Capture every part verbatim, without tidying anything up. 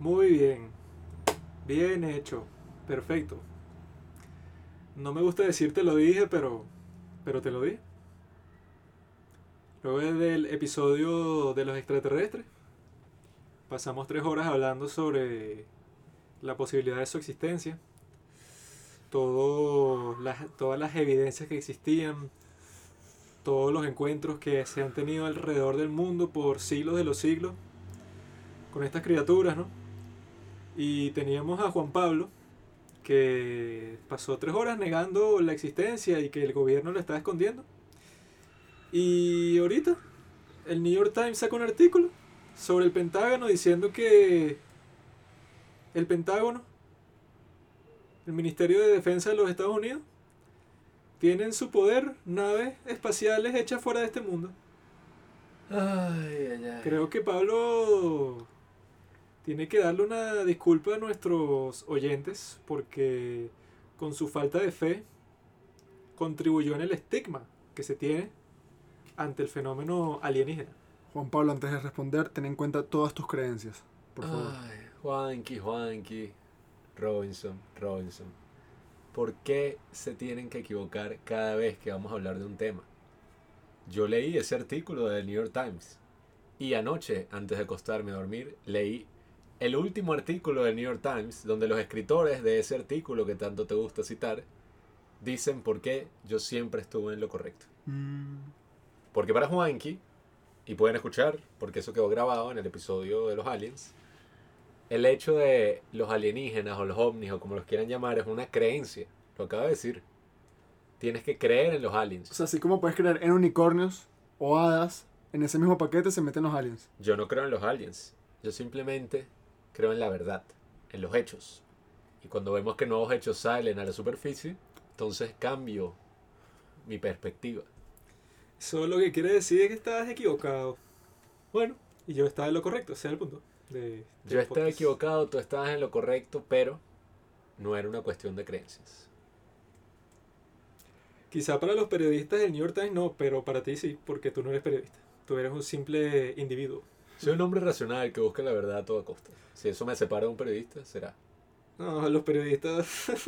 Muy bien. Bien hecho. Perfecto. No me gusta decir te lo dije, pero, pero te lo dije. Luego del episodio de los extraterrestres, pasamos tres horas hablando sobre la posibilidad de su existencia, todo las, todas las evidencias que existían, todos los encuentros que se han tenido alrededor del mundo por siglos de los siglos con estas criaturas, ¿no? Y teníamos a Juan Pablo, que pasó tres horas negando la existencia y que el gobierno lo estaba escondiendo. Y ahorita el New York Times saca un artículo sobre el Pentágono diciendo que el Pentágono, el Ministerio de Defensa de los Estados Unidos, tiene en su poder naves espaciales hechas fuera de este mundo. Ay, ay, ay. Creo que Pablo tiene que darle una disculpa a nuestros oyentes porque con su falta de fe contribuyó en el estigma que se tiene ante el fenómeno alienígena. Juan Pablo, antes de responder, ten en cuenta todas tus creencias, por favor. Ay, Juanqui, Juanqui, Robinson, Robinson. ¿Por qué se tienen que equivocar cada vez que vamos a hablar de un tema? Yo leí ese artículo del New York Times y anoche, antes de acostarme a dormir, leí el último artículo del New York Times donde los escritores de ese artículo que tanto te gusta citar dicen por qué yo siempre estuve en lo correcto. Mm. Porque para Juanqui, y pueden escuchar, porque eso quedó grabado en el episodio de los aliens, el hecho de los alienígenas o los ovnis o como los quieran llamar es una creencia. Lo acaba de decir. Tienes que creer en los aliens. O sea, así como puedes creer en unicornios o hadas, en ese mismo paquete se meten los aliens. Yo no creo en los aliens. Yo simplemente creo en la verdad, en los hechos. Y cuando vemos que nuevos hechos salen a la superficie, entonces cambio mi perspectiva. Eso lo que quiere decir es que estabas equivocado. Bueno, y yo estaba en lo correcto, ese es el punto. De, Yo estaba equivocado, tú estabas en lo correcto, pero no era una cuestión de creencias. Quizá para los periodistas del New York Times no, pero para ti sí, porque tú no eres periodista. Tú eres un simple individuo. Soy un hombre racional que busca la verdad a toda costa. Si eso me separa de un periodista, será. No, los periodistas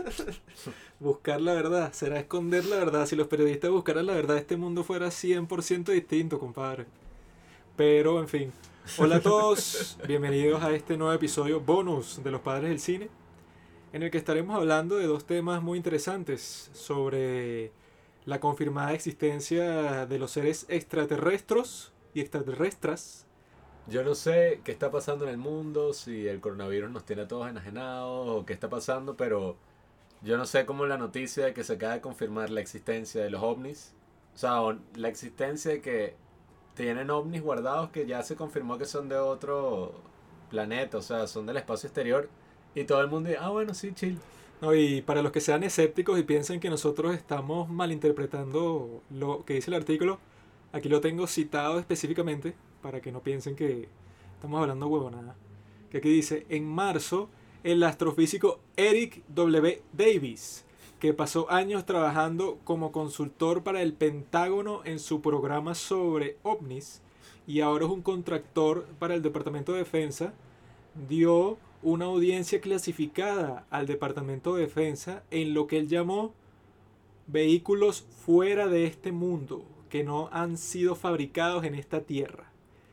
buscar la verdad, será esconder la verdad. Si los periodistas buscaran la verdad, este mundo fuera cien por ciento distinto, compadre. Pero, en fin. Hola a todos, bienvenidos a este nuevo episodio bonus de Los Padres del Cine, en el que estaremos hablando de dos temas muy interesantes sobre la confirmada existencia de los seres extraterrestres y extraterrestres. Yo no sé qué está pasando en el mundo, si el coronavirus nos tiene a todos enajenados o qué está pasando, pero yo no sé cómo la noticia de que se acaba de confirmar la existencia de los ovnis, o sea, o la existencia de que tienen ovnis guardados que ya se confirmó que son de otro planeta, o sea, son del espacio exterior, y todo el mundo dice, ah, bueno, sí, chill. No, y para los que sean escépticos y piensen que nosotros estamos malinterpretando lo que dice el artículo, aquí lo tengo citado específicamente para que no piensen que estamos hablando huevonada. Que aquí dice, en marzo, el astrofísico Eric W. Davis, que pasó años trabajando como consultor para el Pentágono en su programa sobre ovnis y ahora es un contractor para el Departamento de Defensa, dio una audiencia clasificada al Departamento de Defensa en lo que él llamó vehículos fuera de este mundo que no han sido fabricados en esta tierra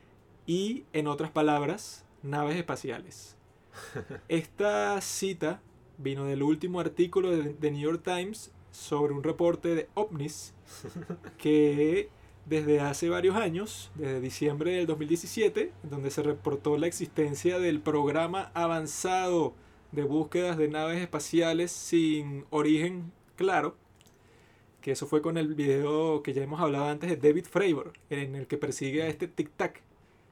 y, en otras palabras, naves espaciales. Esta cita vino del último artículo de The New York Times sobre un reporte de ovnis que desde hace varios años, desde diciembre del dos mil diecisiete, donde se reportó la existencia del programa avanzado de búsquedas de naves espaciales sin origen claro, que eso fue con el video que ya hemos hablado antes de David Fravor, en el que persigue a este Tic Tac.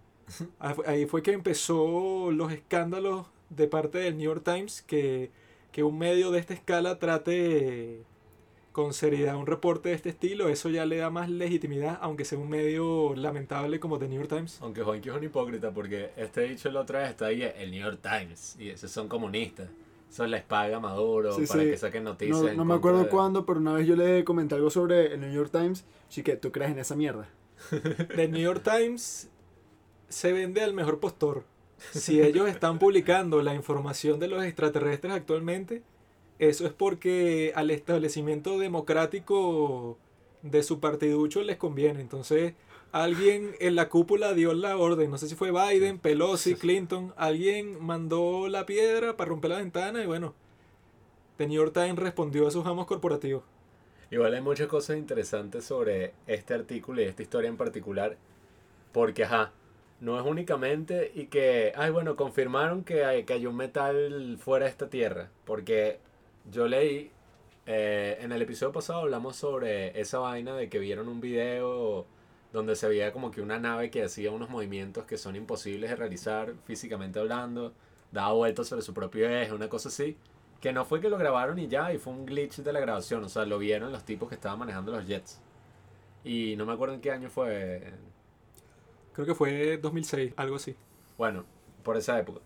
Ahí fue que empezó los escándalos de parte del New York Times, que, que un medio de esta escala trate con seriedad un reporte de este estilo, eso ya le da más legitimidad, aunque sea un medio lamentable como The New York Times. Aunque Juanqui es un hipócrita, porque este dicho la otra vez está ahí, el New York Times, y esos son comunistas. Eso les paga Maduro Sí, para sí. que saquen noticias. No, en no me contra acuerdo de- cuándo, pero una vez yo le comenté algo sobre el New York Times. Sí, que tú crees en esa mierda. The New York Times se vende al mejor postor. Si ellos están publicando la información de los extraterrestres actualmente, eso es porque al establecimiento democrático de su partiducho les conviene. Entonces, alguien en la cúpula dio la orden, no sé si fue Biden, Pelosi, Clinton, alguien mandó la piedra para romper la ventana y bueno, The New York Times respondió a sus amos corporativos. Igual hay muchas cosas interesantes sobre este artículo y esta historia en particular, porque ajá, no es únicamente y que, ay bueno, confirmaron que hay, que hay un metal fuera de esta tierra, porque yo leí, eh, en el episodio pasado hablamos sobre esa vaina de que vieron un video donde se veía como que una nave que hacía unos movimientos que son imposibles de realizar físicamente hablando, daba vueltas sobre su propio eje, una cosa así. Que no fue que lo grabaron y ya, y fue un glitch de la grabación. O sea, lo vieron los tipos que estaban manejando los jets. Y no me acuerdo en qué año fue. Creo que fue dos mil seis, algo así. Bueno, por esa época.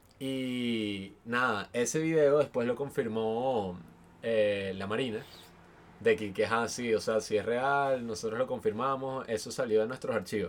Y nada, ese video después lo confirmó eh, la Marina. De que, que es así, o sea, si es real, nosotros lo confirmamos. Eso salió de nuestros archivos.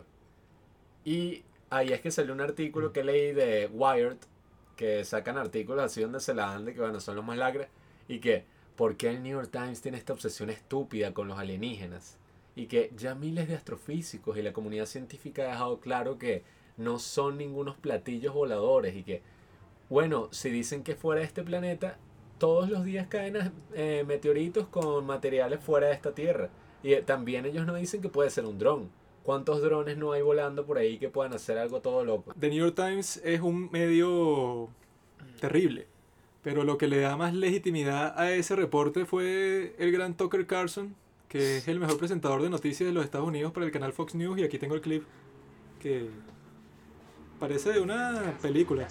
Y ahí es que salió un artículo que leí de Wired, que sacan artículos así donde se la dan de que bueno, son los más lacras y que ¿por qué el New York Times tiene esta obsesión estúpida con los alienígenas? Y que ya miles de astrofísicos y la comunidad científica ha dejado claro que no son ningunos platillos voladores y que bueno, si dicen que fuera de este planeta todos los días caen eh, meteoritos con materiales fuera de esta tierra y eh, también ellos no dicen que puede ser un dron. ¿Cuántos drones no hay volando por ahí que puedan hacer algo todo loco? The New York Times es un medio terrible, pero lo que le da más legitimidad a ese reporte fue el gran Tucker Carlson, que es el mejor presentador de noticias de los Estados Unidos para el canal Fox News, y aquí tengo el clip que parece de una película.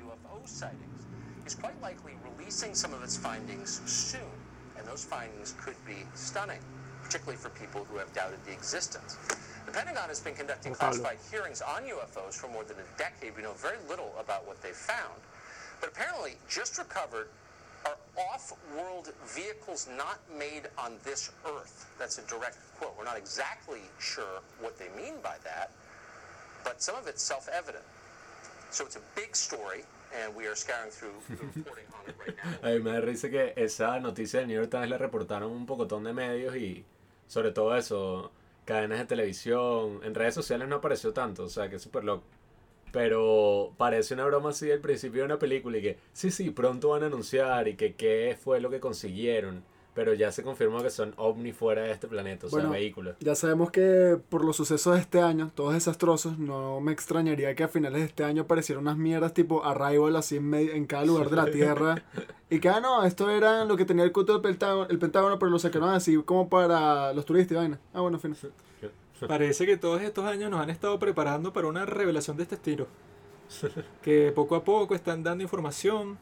Particularly for people who have doubted the existence. The Pentagon has been conducting classified hearings on U F Os for more than a decade. We know very little about what they found. But apparently, just recovered are off-world vehicles not made on this Earth. That's a direct quote. We're not exactly sure what they mean by that, but some of it's self-evident. So it's a big story, and we are scouring through the reporting on it right now. A mí me da risa que esa noticia del New York Times la reportaron un pocotón de medios y sobre todo eso, cadenas de televisión, en redes sociales no apareció tanto, o sea que es súper loco. Pero parece una broma así al principio de una película y que sí, sí, pronto van a anunciar y que qué fue lo que consiguieron. Pero ya se confirmó que son ovnis fuera de este planeta, o bueno, sea, vehículos. Ya sabemos que por los sucesos de este año, todos desastrosos, no me extrañaría que a finales de este año aparecieran unas mierdas tipo Arrival así en, medio, en cada lugar de la Tierra. Y que, ah, no, esto era lo que tenía el culto del Pentágono, el Pentágono, pero lo sacaron así como para los turistas y vaina. Ah, bueno, fin. Parece que todos estos años nos han estado preparando para una revelación de este estilo. Que poco a poco están dando información.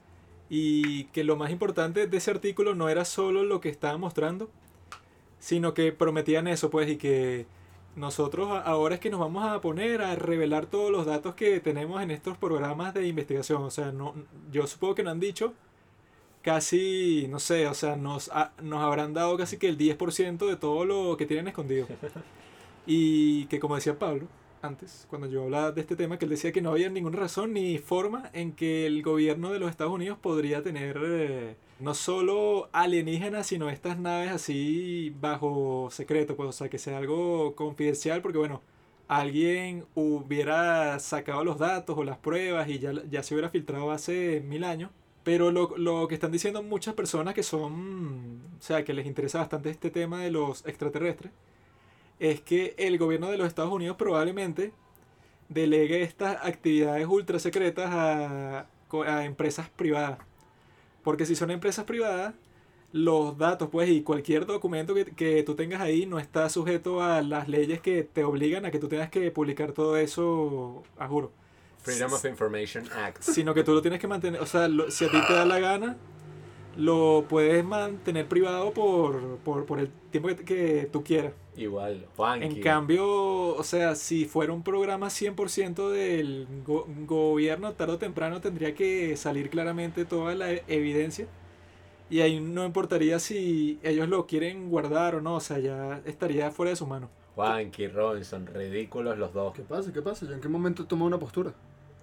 Y que lo más importante de ese artículo no era solo lo que estaban mostrando, sino que prometían eso, pues, y que nosotros ahora es que nos vamos a poner a revelar todos los datos que tenemos en estos programas de investigación. O sea, no, yo supongo que no han dicho casi, no sé, o sea, nos, ha, nos habrán dado casi que el diez por ciento de todo lo que tienen escondido. Y que como decía Pablo antes, cuando yo hablaba de este tema, que él decía que no había ninguna razón ni forma en que el gobierno de los Estados Unidos podría tener eh, no solo alienígenas, sino estas naves así bajo secreto, pues, o sea, que sea algo confidencial, porque bueno, alguien hubiera sacado los datos o las pruebas y ya, ya se hubiera filtrado hace mil años. Pero lo, lo que están diciendo muchas personas que son, o sea, que les interesa bastante este tema de los extraterrestres, es que el gobierno de los Estados Unidos probablemente delegue estas actividades ultra secretas a, a empresas privadas. Porque si son empresas privadas, los datos, pues, y cualquier documento que, que tú tengas ahí no está sujeto a las leyes que te obligan a que tú tengas que publicar todo eso, a juro. Freedom of Information Act. Sino que tú lo tienes que mantener, o sea, lo, si a ti te da la gana, lo puedes mantener privado por, por, por el tiempo que, que tú quieras. Igual, funky. En cambio, o sea, si fuera un programa cien por ciento del go- gobierno, tarde o temprano tendría que salir claramente toda la e- evidencia. Y ahí no importaría si ellos lo quieren guardar o no, o sea, ya estaría fuera de su mano. Juanqui, Robinson, ridículos los dos. ¿Qué pasa? ¿Qué pasa? ¿Yo en qué momento tomé una postura?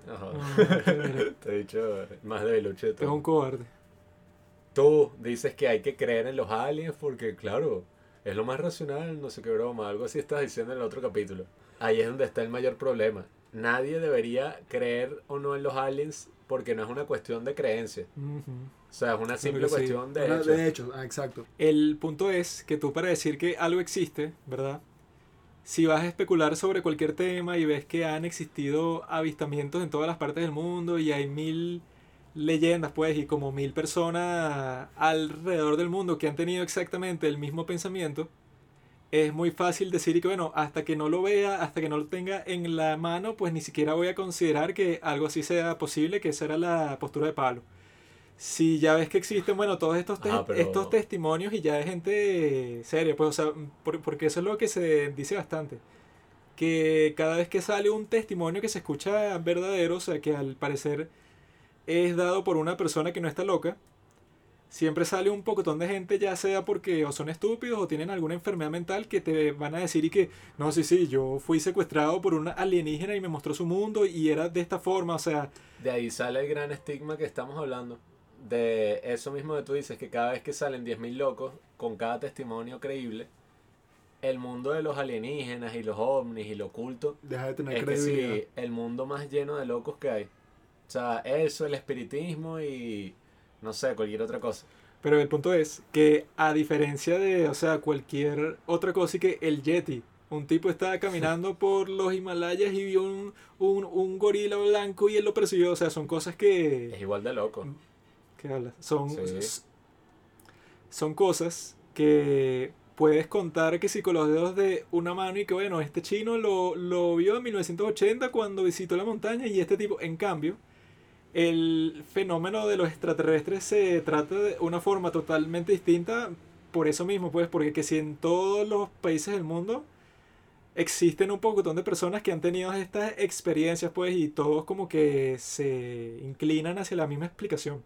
Ajá. Ah, chévere. Te he dicho más debilucho de Tú eres todo. un cobarde. Tú dices que hay que creer en los aliens porque, claro, es lo más racional, no sé qué broma, algo así estás diciendo en el otro capítulo. Ahí es donde está el mayor problema. Nadie debería creer o no en los aliens porque no es una cuestión de creencia. Ujú. O sea, es una simple que sí. cuestión de Una- hecho. de hecho, ah, exacto. El punto es que tú para decir que algo existe, ¿verdad? Si vas a especular sobre cualquier tema y ves que han existido avistamientos en todas las partes del mundo y hay mil leyendas, pues, y como mil personas alrededor del mundo que han tenido exactamente el mismo pensamiento, es muy fácil decir y que, bueno, hasta que no lo vea, hasta que no lo tenga en la mano, pues ni siquiera voy a considerar que algo así sea posible, que esa era la postura de Pablo. Si ya ves que existen, bueno, todos estos, te- Ajá, pero- estos testimonios y ya de gente seria, pues, o sea, por- porque eso es lo que se dice bastante. Que cada vez que sale un testimonio que se escucha verdadero, o sea, que al parecer es dado por una persona que no está loca, siempre sale un pocotón de gente, ya sea porque o son estúpidos o tienen alguna enfermedad mental que te van a decir y que, no, sí, sí, yo fui secuestrado por una alienígena y me mostró su mundo y era de esta forma, o sea, De ahí sale el gran estigma que estamos hablando. De eso mismo que tú dices, que cada vez que salen diez mil locos, con cada testimonio creíble, el mundo de los alienígenas y los ovnis y lo oculto, Deja de tener es que credibilidad. sí, el mundo más lleno de locos que hay. O sea, eso, el espiritismo y no sé, cualquier otra cosa. pero el punto es que a diferencia de, o sea, cualquier otra cosa y que el Yeti, un tipo estaba caminando por los Himalayas y vio un, un, un gorila blanco y él lo persiguió, o sea, son cosas Es que... igual de loco. ¿Qué hablas? Son, Sí. son cosas que puedes contar que si con los dedos de una mano y que bueno, este chino lo, lo vio en mil novecientos ochenta cuando visitó la montaña y este tipo, en cambio, el fenómeno de los extraterrestres se trata de una forma totalmente distinta por eso mismo, pues, porque que si en todos los países del mundo existen un pocotón de personas que han tenido estas experiencias, pues, y todos como que se inclinan hacia la misma explicación.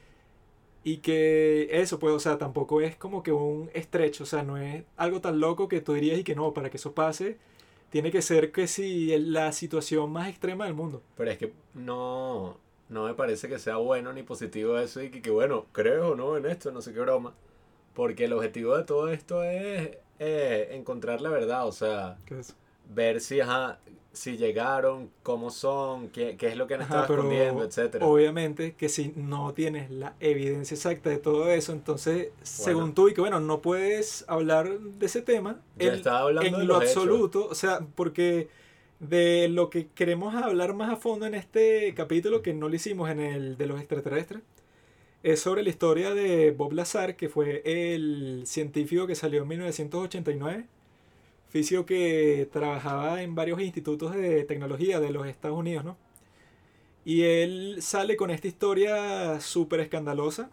Y que eso, pues, o sea, tampoco es como que un estrecho, o sea, no es algo tan loco que tú dirías y que no, para que eso pase, tiene que ser que si la situación más extrema del mundo. Pero es que no, no me parece que sea bueno ni positivo eso y que, que bueno, creo o no en esto, no sé qué broma. Porque el objetivo de todo esto es eh, encontrar la verdad, o sea, ¿Qué es? ver si, ajá, si llegaron, cómo son, qué, qué es lo que han estado Ajá, pero escondiendo, etcétera. obviamente que si no tienes la evidencia exacta de todo eso, entonces, según Bueno. tú, y que bueno, no puedes hablar de ese tema Yo en, estaba hablando en de lo los hechos. absoluto, o sea, porque de lo que queremos hablar más a fondo en este capítulo, que no lo hicimos en el de los extraterrestres, es sobre la historia de Bob Lazar, que fue el científico que salió en mil novecientos ochenta y nueve, físico que trabajaba en varios institutos de tecnología de los Estados Unidos, ¿no? Y él sale con esta historia súper escandalosa,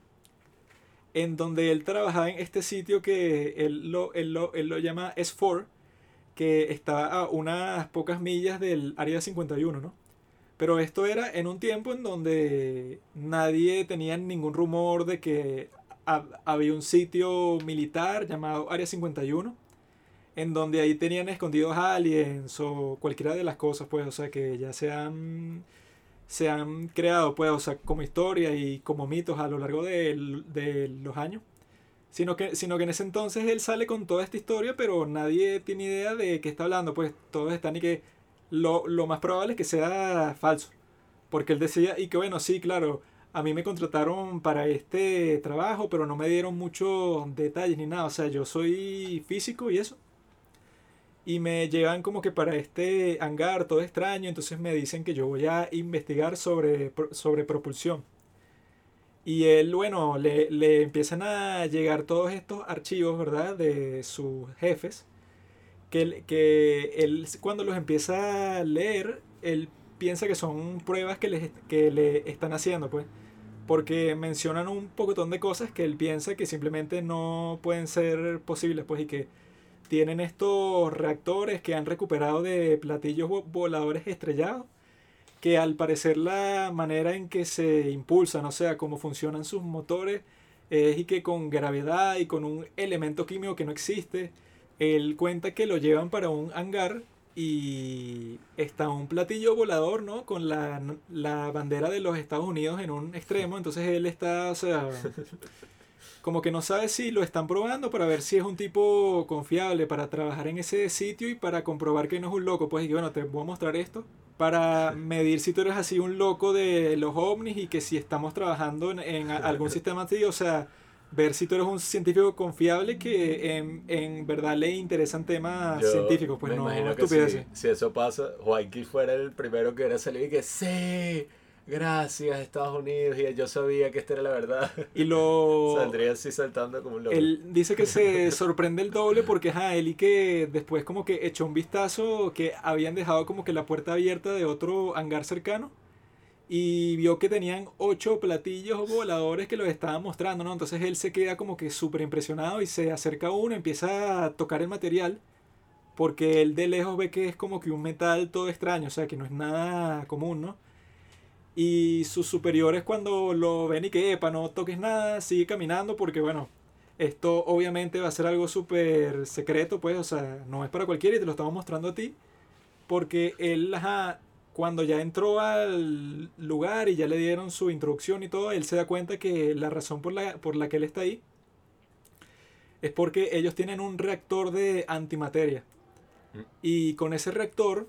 en donde él trabajaba en este sitio que él lo, él lo, él lo llama S cuatro, que está a unas pocas millas del Área cincuenta y uno, ¿no? Pero esto era en un tiempo en donde nadie tenía ningún rumor de que hab- había un sitio militar llamado Área cincuenta y uno, en donde ahí tenían escondidos aliens o cualquiera de las cosas, pues, o sea, que ya se han, se han creado, pues, o sea, como historia y como mitos a lo largo de, de los años. Sino que, sino que en ese entonces él sale con toda esta historia, pero nadie tiene idea de qué está hablando, pues todos están y que lo, lo más probable es que sea falso. Porque él decía, y que bueno, sí, claro, a mí me contrataron para este trabajo, pero no me dieron muchos detalles ni nada. O sea, yo soy físico y eso. Y me llevan como que para este hangar todo extraño, entonces me dicen que yo voy a investigar sobre, pro- sobre propulsión. Y él, bueno, le, le empiezan a llegar todos estos archivos, ¿verdad? De sus jefes, que, él- que él cuando los empieza a leer, él piensa que son pruebas que, les, que le están haciendo, pues. Porque mencionan un pocotón de cosas que él piensa que simplemente no pueden ser posibles, pues, y que tienen estos reactores que han recuperado de platillos vo- voladores estrellados, que al parecer la manera en que se impulsan, o sea, cómo funcionan sus motores, es y que con gravedad y con un elemento químico que no existe, él cuenta que lo llevan para un hangar y está un platillo volador, ¿no? Con la, la bandera de los Estados Unidos en un extremo, entonces él está, o sea, como que no sabe si lo están probando para ver si es un tipo confiable para trabajar en ese sitio y para comprobar que no es un loco. Pues y que bueno, te voy a mostrar esto para medir si tú eres así un loco de los ovnis y que si estamos trabajando en, en a- algún sistema así, o sea, ver si tú eres un científico confiable que en, en verdad le interesan temas Yo científicos, pues me no imagino que si, estupideces. si eso pasa, Juanqui fuera el primero que hubiera salido y que sí, gracias Estados Unidos, y yo sabía que esta era la verdad. Y lo... Saldría así saltando como un loco. Él dice que se sorprende el doble porque, ajá, él y que después como que echó un vistazo que habían dejado como que la puerta abierta de otro hangar cercano y vio que tenían ocho platillos voladores que los estaban mostrando, ¿no? Entonces él se queda como que súper impresionado y se acerca a uno, empieza a tocar el material porque él de lejos ve que es como que un metal todo extraño, o sea, que no es nada común, ¿no? Y sus superiores cuando lo ven y que, epa, no toques nada, sigue caminando porque, bueno, esto obviamente va a ser algo súper secreto, pues, o sea, no es para cualquiera y te lo estamos mostrando a ti. Porque él, ajá, cuando ya entró al lugar y ya le dieron su introducción y todo, él se da cuenta que la razón por la, por la que él está ahí es porque ellos tienen un reactor de antimateria. Mm. Y con ese reactor,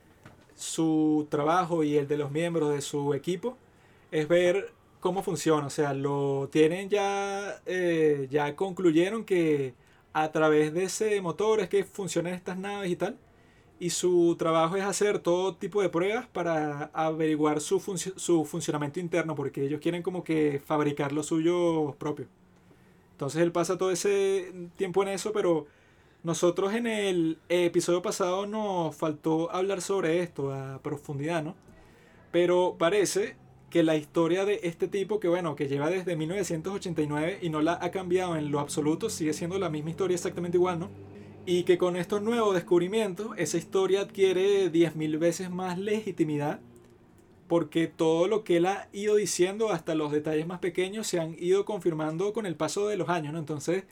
su trabajo y el de los miembros de su equipo es ver cómo funciona. O sea, lo tienen ya, eh, ya concluyeron que a través de ese motor es que funcionan estas naves y tal. Y su trabajo es hacer todo tipo de pruebas para averiguar su, func- su funcionamiento interno, porque ellos quieren como que fabricar lo suyo propio. Entonces él pasa todo ese tiempo en eso, pero nosotros en el episodio pasado nos faltó hablar sobre esto a profundidad, ¿no? Pero parece que la historia de este tipo, que bueno, que lleva desde mil novecientos ochenta y nueve y no la ha cambiado en lo absoluto, sigue siendo la misma historia exactamente igual, ¿no? Y que con estos nuevos descubrimientos, esa historia adquiere diez mil veces más legitimidad, porque todo lo que él ha ido diciendo, hasta los detalles más pequeños, se han ido confirmando con el paso de los años, ¿no? Entonces,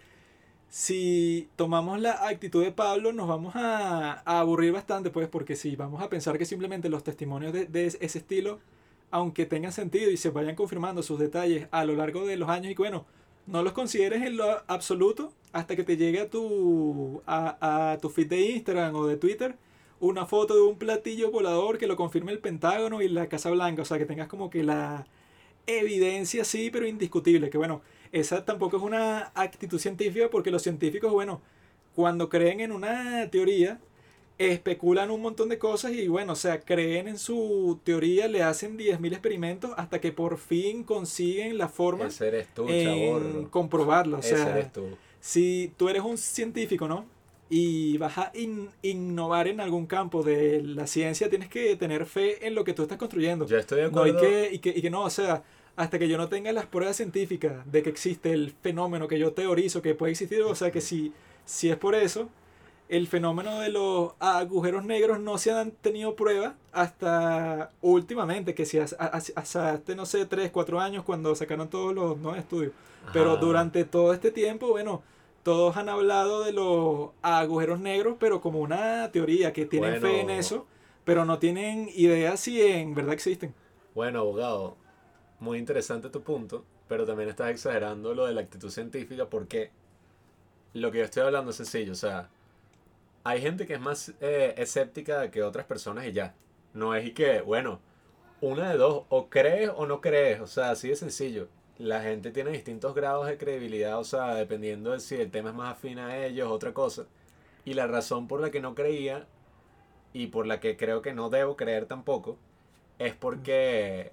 si tomamos la actitud de Pablo, nos vamos a, a aburrir bastante, pues, porque si vamos a pensar que simplemente los testimonios de, de ese estilo, aunque tengan sentido y se vayan confirmando sus detalles a lo largo de los años, y que bueno, no los consideres en lo absoluto hasta que te llegue a tu, a, a tu feed de Instagram o de Twitter una foto de un platillo volador que lo confirme el Pentágono y la Casa Blanca, o sea, que tengas como que la evidencia sí, pero indiscutible, que bueno, esa tampoco es una actitud científica porque los científicos, bueno, cuando creen en una teoría, especulan un montón de cosas y bueno, o sea, creen en su teoría, le hacen diez mil experimentos hasta que por fin consiguen la forma Ese eres tú, en chaborro. comprobarlo. O Ese sea, eres tú. si tú eres un científico, ¿no? Y vas a in- innovar en algún campo de la ciencia, tienes que tener fe en lo que tú estás construyendo. Yo estoy de No, y acuerdo. que, y, que, y que no, o sea, hasta que yo no tenga las pruebas científicas de que existe el fenómeno que yo teorizo que puede existir, o sea, que si, si es por eso, el fenómeno de los agujeros negros no se han tenido pruebas hasta últimamente, que si hasta, hasta, hasta, no sé, tres cuatro años cuando sacaron todos los nuevos estudios. Pero Ajá. durante todo este tiempo, bueno, todos han hablado de los agujeros negros, pero como una teoría, que tienen Bueno. fe en eso, pero no tienen idea si en verdad existen. Bueno, abogado, muy interesante tu punto, pero también estás exagerando lo de la actitud científica porque lo que yo estoy hablando es sencillo, o sea, hay gente que es más eh, escéptica que otras personas y ya. No es y que, bueno, una de dos, o crees o no crees, o sea, así de sencillo. La gente tiene distintos grados de credibilidad, o sea, dependiendo de si el tema es más afín a ellos, otra cosa. Y la razón por la que no creía y por la que creo que no debo creer tampoco es porque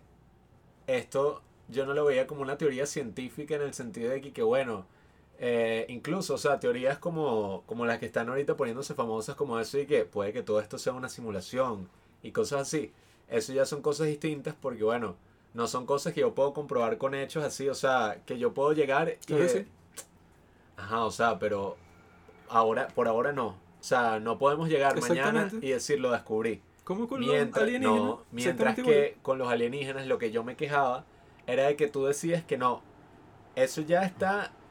esto yo no lo veía como una teoría científica en el sentido de que, que bueno, eh, incluso, o sea, teorías como, como las que están ahorita poniéndose famosas como eso y que puede que todo esto sea una simulación y cosas así. Eso ya son cosas distintas porque, bueno, no son cosas que yo puedo comprobar con hechos así, o sea, que yo puedo llegar y... Claro que sí. Ajá, o sea, pero ahora, por ahora no. O sea, no podemos llegar mañana Exactamente. y decir lo descubrí. ¿Cómo con Mientras, los alienígenas? no, mientras Exactamente que igual. con los alienígenas lo que yo me quejaba era de que tú decías que no, eso ya está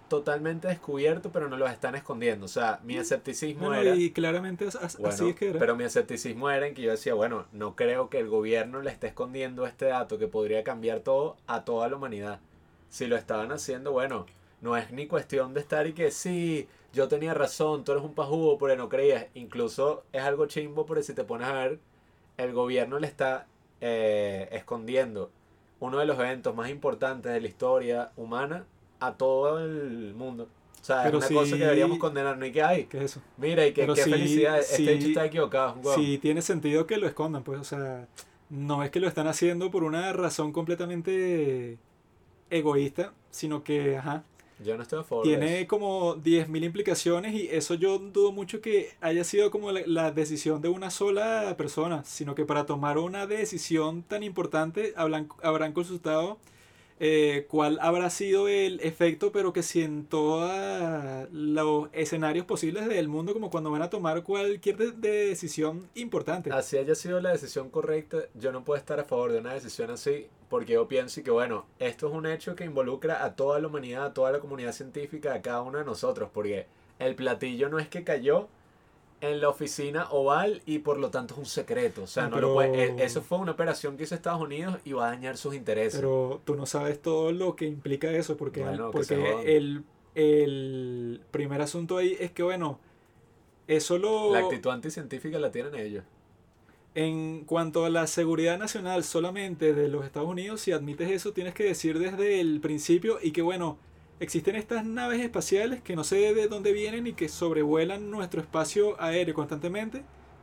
totalmente descubierto, pero no los están escondiendo. O sea, mi escepticismo Bueno, era... y claramente as- as- Bueno, así es que era. pero mi escepticismo era en que yo decía, bueno, no creo que el gobierno le esté escondiendo este dato que podría cambiar todo a toda la humanidad. Si lo estaban haciendo, bueno, no es ni cuestión de estar y que sí, yo tenía razón, tú eres un pajugo, pero no creías. Incluso es algo chimbo, porque si te pones a ver, el gobierno le está eh, escondiendo uno de los eventos más importantes de la historia humana a todo el mundo. O sea, Pero es una sí- cosa que deberíamos condenar, no y que hay. ¿Qué es eso? Mira, y que, Pero qué sí- felicidad, sí- este hecho está equivocado, es un huevo. Sí tiene sentido que lo escondan, pues, o sea, no es que lo están haciendo por una razón completamente egoísta, sino que, ajá, Yo no estoy a favor de tiene eso. como diez mil implicaciones y eso yo dudo mucho que haya sido como la, la decisión de una sola persona, sino que para tomar una decisión tan importante habrán, habrán consultado eh, cuál habrá sido el efecto, pero que si en todos los escenarios posibles del mundo, como cuando van a tomar cualquier de- de decisión importante. Así haya sido la decisión correcta, yo no puedo estar a favor de una decisión así, porque yo pienso que, bueno, esto es un hecho que involucra a toda la humanidad, a toda la comunidad científica, a cada uno de nosotros, porque el platillo no es que cayó en la oficina oval y por lo tanto es un secreto. O sea, No, no lo pero- puede, e- eso fue una operación que hizo Estados Unidos y va a dañar sus intereses. Pero tú no sabes todo lo que implica eso, porque, Bueno, que se porque jodan. el, el primer asunto ahí es que, bueno, eso lo... La actitud anticientífica la tienen ellos. En cuanto a la seguridad nacional solamente de los Estados Unidos, si admites eso, tienes que decir desde el principio y que, bueno, existen estas naves espaciales que no sé de dónde vienen y que sobrevuelan nuestro espacio aéreo constantemente.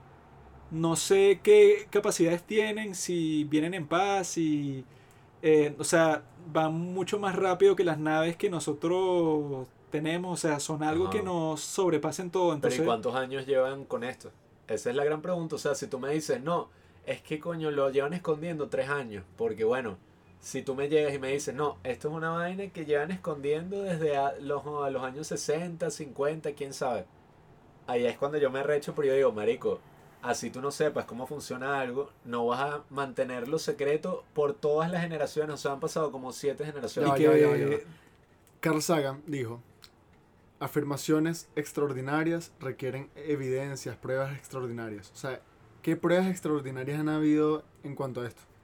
No sé qué capacidades tienen, si vienen en paz, si... eh, o sea, van mucho más rápido que las naves que nosotros tenemos, o sea, son algo Ajá. que nos sobrepasen todo. Pero Entonces, ¿y cuántos años llevan con esto? Esa es la gran pregunta. O sea, si tú me dices, no, es que coño, lo llevan escondiendo tres años. Porque bueno, si tú me llegas y me dices, no, esto es una vaina que llevan escondiendo desde a los, a los años sesenta, cincuenta, quién sabe. Ahí es cuando yo me arrecho, pero yo digo, marico, así tú no sepas cómo funciona algo, no vas a mantenerlo secreto por todas las generaciones. O sea, han pasado como siete generaciones. Ya, y ya, que... ya, ya. Carl Sagan dijo, afirmaciones extraordinarias requieren evidencias, pruebas extraordinarias. O sea, ¿qué pruebas extraordinarias han habido en cuanto a esto?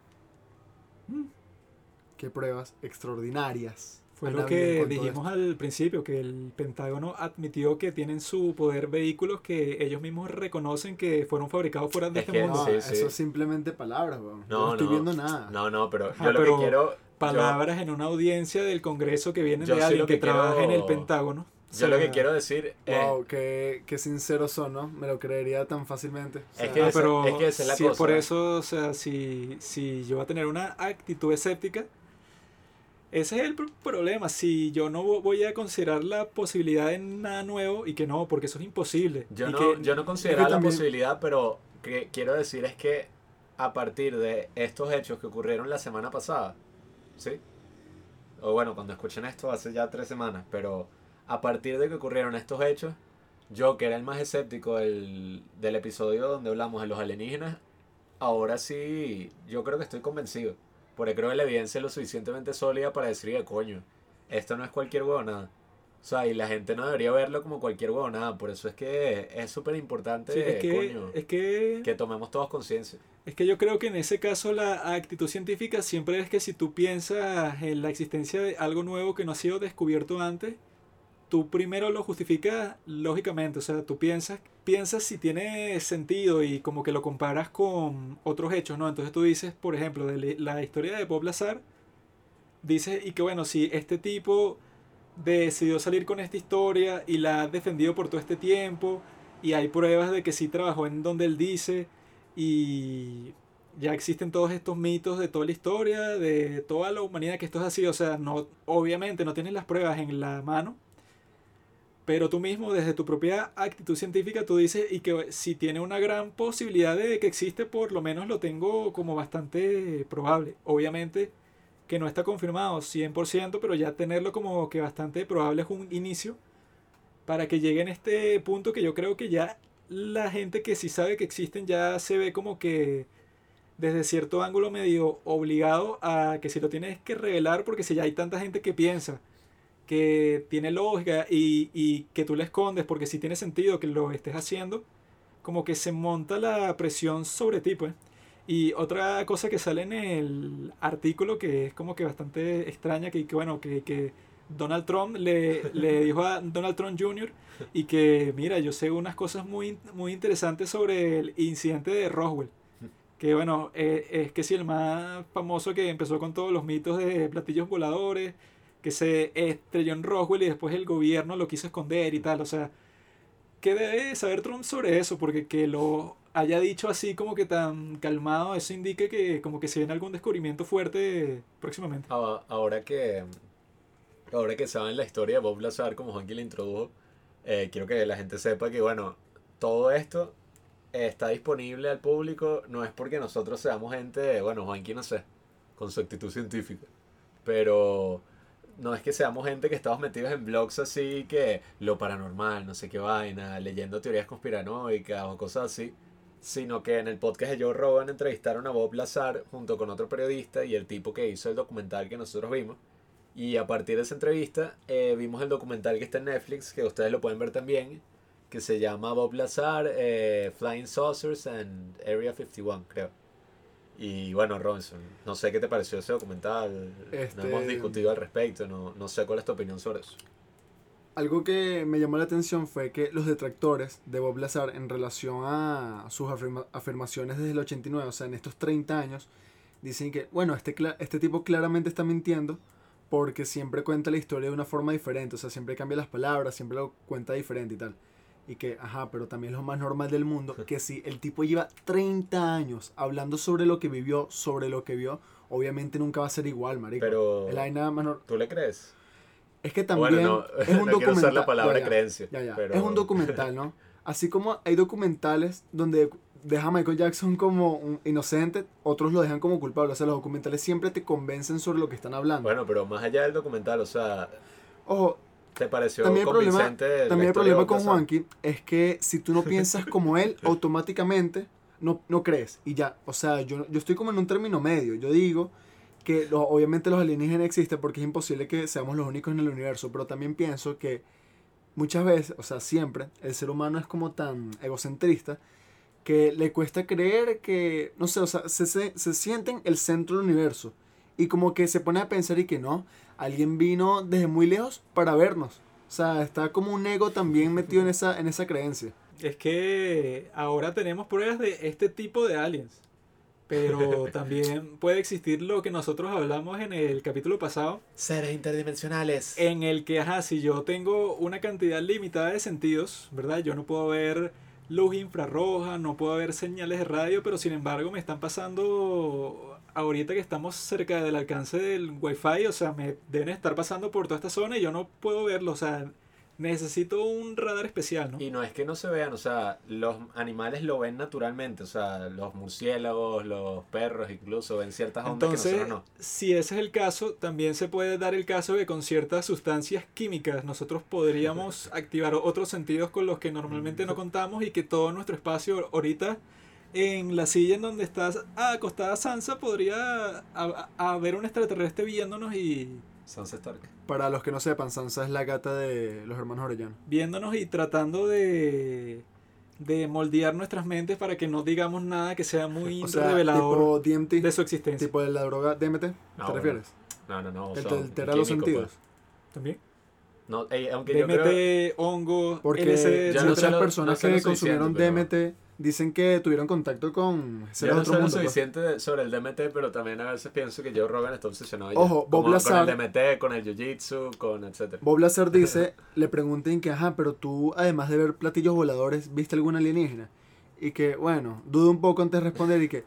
Mm. ¿Qué pruebas extraordinarias? Fue han lo habido en que cuanto a dijimos esto? al principio, que el Pentágono admitió que tienen su poder vehículos que ellos mismos reconocen que fueron fabricados fuera de Es este que mundo. No, sí, eso sí. es simplemente palabras, weón. Yo No, no estoy no. viendo nada. No, no, pero Ajá, yo lo pero que quiero... yo- Palabras en una audiencia del Congreso que vienen Yo de sí alguien lo que, que quiero- trabaja en el Pentágono. O Yo lo sea, que quiero decir es... Wow, qué, qué sinceros son, ¿no? Me lo creería tan fácilmente. O sea, Es que ah, esa- pero es que esa es la si es cosa. por eso, o sea, si, si yo voy a tener una actitud escéptica, ese es el pr- problema. Si yo no vo- voy a considerar la posibilidad de nada nuevo y que no, porque eso es imposible. Yo y no, que- yo no consideraba la también- posibilidad, pero que quiero decir es que a partir de estos hechos que ocurrieron la semana pasada, ¿sí? O bueno, cuando escuchen esto hace ya tres semanas, pero a partir de que ocurrieron estos hechos, yo que era el más escéptico del, del episodio donde hablamos de los alienígenas, ahora sí, yo creo que estoy convencido. Porque creo que la evidencia es lo suficientemente sólida para decir que coño, esto no es cualquier huevonada. O sea, y la gente no debería verlo como cualquier huevonada. Por eso es que es súper importante, sí, es, que, coño, es, que, que tomemos todos conciencia. es que yo creo que en ese caso la actitud científica siempre es que si tú piensas en la existencia de algo nuevo que no ha sido descubierto antes, tú primero lo justificas lógicamente, o sea, tú piensas, piensas si tiene sentido y como que lo comparas con otros hechos, ¿no? Entonces tú dices, por ejemplo, de le- la historia de Bob Lazar, dices, y que bueno, si este tipo decidió salir con esta historia y la ha defendido por todo este tiempo, y hay pruebas de que sí trabajó en donde él dice, y ya existen todos estos mitos de toda la historia, de toda la humanidad que esto es así, o sea, no, obviamente no tienes las pruebas en la mano, pero tú mismo, desde tu propia actitud científica, tú dices, y que si tiene una gran posibilidad de que existe, por lo menos lo tengo como bastante probable. Obviamente que no está confirmado cien por ciento, pero ya tenerlo como que bastante probable es un inicio para que llegue en este punto que yo creo que ya la gente que sí sabe que existen ya se ve como que desde cierto ángulo medio obligado a que si lo tienes que revelar, porque si ya hay tanta gente que piensa que tiene lógica y, y que tú le escondes porque sí tiene sentido que lo estés haciendo, como que se monta la presión sobre ti, pues. Y otra cosa que sale en el artículo que es como que bastante extraña, que, que bueno, que, que Donald Trump le, le dijo a Donald Trump junior y que, mira, yo sé unas cosas muy, muy interesantes sobre el incidente de Roswell. Que bueno, eh, es que sí, el más famoso que empezó con todos los mitos de platillos voladores, que se estrelló en Roswell y después el gobierno lo quiso esconder y tal. O sea, ¿qué debe saber Trump sobre eso? Porque que lo haya dicho así como que tan calmado, eso indica que como que se viene algún descubrimiento fuerte próximamente. Ah, Ahora que ahora que saben la historia de Bob Lazar, como Juanqui le introdujo, eh, quiero que la gente sepa que, bueno, todo esto está disponible al público, no es porque nosotros seamos gente, bueno, Juanqui no sé, con su actitud científica, pero no es que seamos gente que estamos metidos en blogs así que lo paranormal, no sé qué vaina, leyendo teorías conspiranoicas o cosas así, sino que en el podcast de Joe Rogan entrevistaron a Bob Lazar junto con otro periodista y el tipo que hizo el documental que nosotros vimos. Y a partir de esa entrevista eh, vimos el documental que está en Netflix, que ustedes lo pueden ver también, que se llama Bob Lazar, eh, Flying Saucers and Area cincuenta y uno, creo. Y bueno, Robinson, no sé qué te pareció ese documental, Este- no hemos discutido al respecto, no, no sé cuál es tu opinión sobre eso. Algo que me llamó la atención fue que los detractores de Bob Lazar en relación a sus afirma- afirmaciones desde el ochenta y nueve, o sea, en estos treinta años, dicen que, bueno, este, cla- este tipo claramente está mintiendo porque siempre cuenta la historia de una forma diferente, o sea, siempre cambia las palabras, siempre lo cuenta diferente y tal. Y que, ajá, pero también es lo más normal del mundo, que si el tipo lleva treinta años hablando sobre lo que vivió, sobre lo que vio, obviamente nunca va a ser igual, marico. Pero, Es la vaina más nor- ¿tú le crees? Es que también Bueno, no, es un no quiero documental. usar la palabra ya, ya, creencia, ya, ya. pero- Es un documental, ¿no? Así como hay documentales donde deja a Michael Jackson como un inocente, otros lo dejan como culpable. O sea, los documentales siempre te convencen sobre lo que están hablando. Bueno, pero más allá del documental, o sea, Ojo, ¿te pareció también el problema, convincente la también el historia de problema Bob con Lazar? Juanqui es que si tú no piensas como él, automáticamente no, no crees. Y ya, o sea, yo, yo estoy como en un término medio. Yo digo que lo- obviamente los alienígenas existen porque es imposible que seamos los únicos en el universo, pero también pienso que muchas veces, o sea, siempre, el ser humano es como tan egocentrista que le cuesta creer que, no sé, o sea, se, se, se sienten el centro del universo y como que se pone a pensar y que no, alguien vino desde muy lejos para vernos. O sea, está como un ego también metido en esa, en esa creencia. Es que ahora tenemos pruebas de este tipo de aliens. Pero también puede existir lo que nosotros hablamos en el capítulo pasado, Seres interdimensionales. en el que, ajá, si yo tengo una cantidad limitada de sentidos, ¿verdad? Yo no puedo ver luz infrarroja, no puedo ver señales de radio, pero sin embargo me están pasando, ahorita que estamos cerca del alcance del wifi, o sea, me deben estar pasando por toda esta zona y yo no puedo verlo, o sea, necesito un radar especial, ¿no? Y no es que no se vean, o sea, los animales lo ven naturalmente, o sea, los murciélagos, los perros incluso ven ciertas ondas Entonces, que nosotros no. si ese es el caso, también se puede dar el caso de que con ciertas sustancias químicas nosotros podríamos activar otros sentidos con los que normalmente no contamos y que todo nuestro espacio ahorita en la silla en donde estás acostada Sansa podría ha- ha- haber un extraterrestre viéndonos y Sansa Stark. Para los que no sepan, Sansa es la gata de los hermanos Orellano. viéndonos y tratando de de moldear nuestras mentes para que no digamos nada que sea muy O sea, revelador tipo D M T, de su existencia. tipo de la droga D M T, ¿te No, bueno. refieres? No, no, no. Que te son altera los químicos, sentidos. pues. También. No, ey, aunque yo D M T, creo... hongo, Porque L S D, Ya no muchas sé lo- personas no sé lo que suficiente, consumieron pero- D M T dicen que tuvieron contacto con Yo seres no de sé otro lo mundo. pues. suficiente de- sobre el D M T, pero también a veces pienso que Joe Rogan está obsesionado ya. Ojo, Bob Como con Lazar- el D M T, con el Jiu-Jitsu, con etcétera. Bob Lazar dice, le pregunten que, ajá, pero tú, además de ver platillos voladores, ¿viste algún alienígena? Y que, bueno, dudo un poco antes de responder y que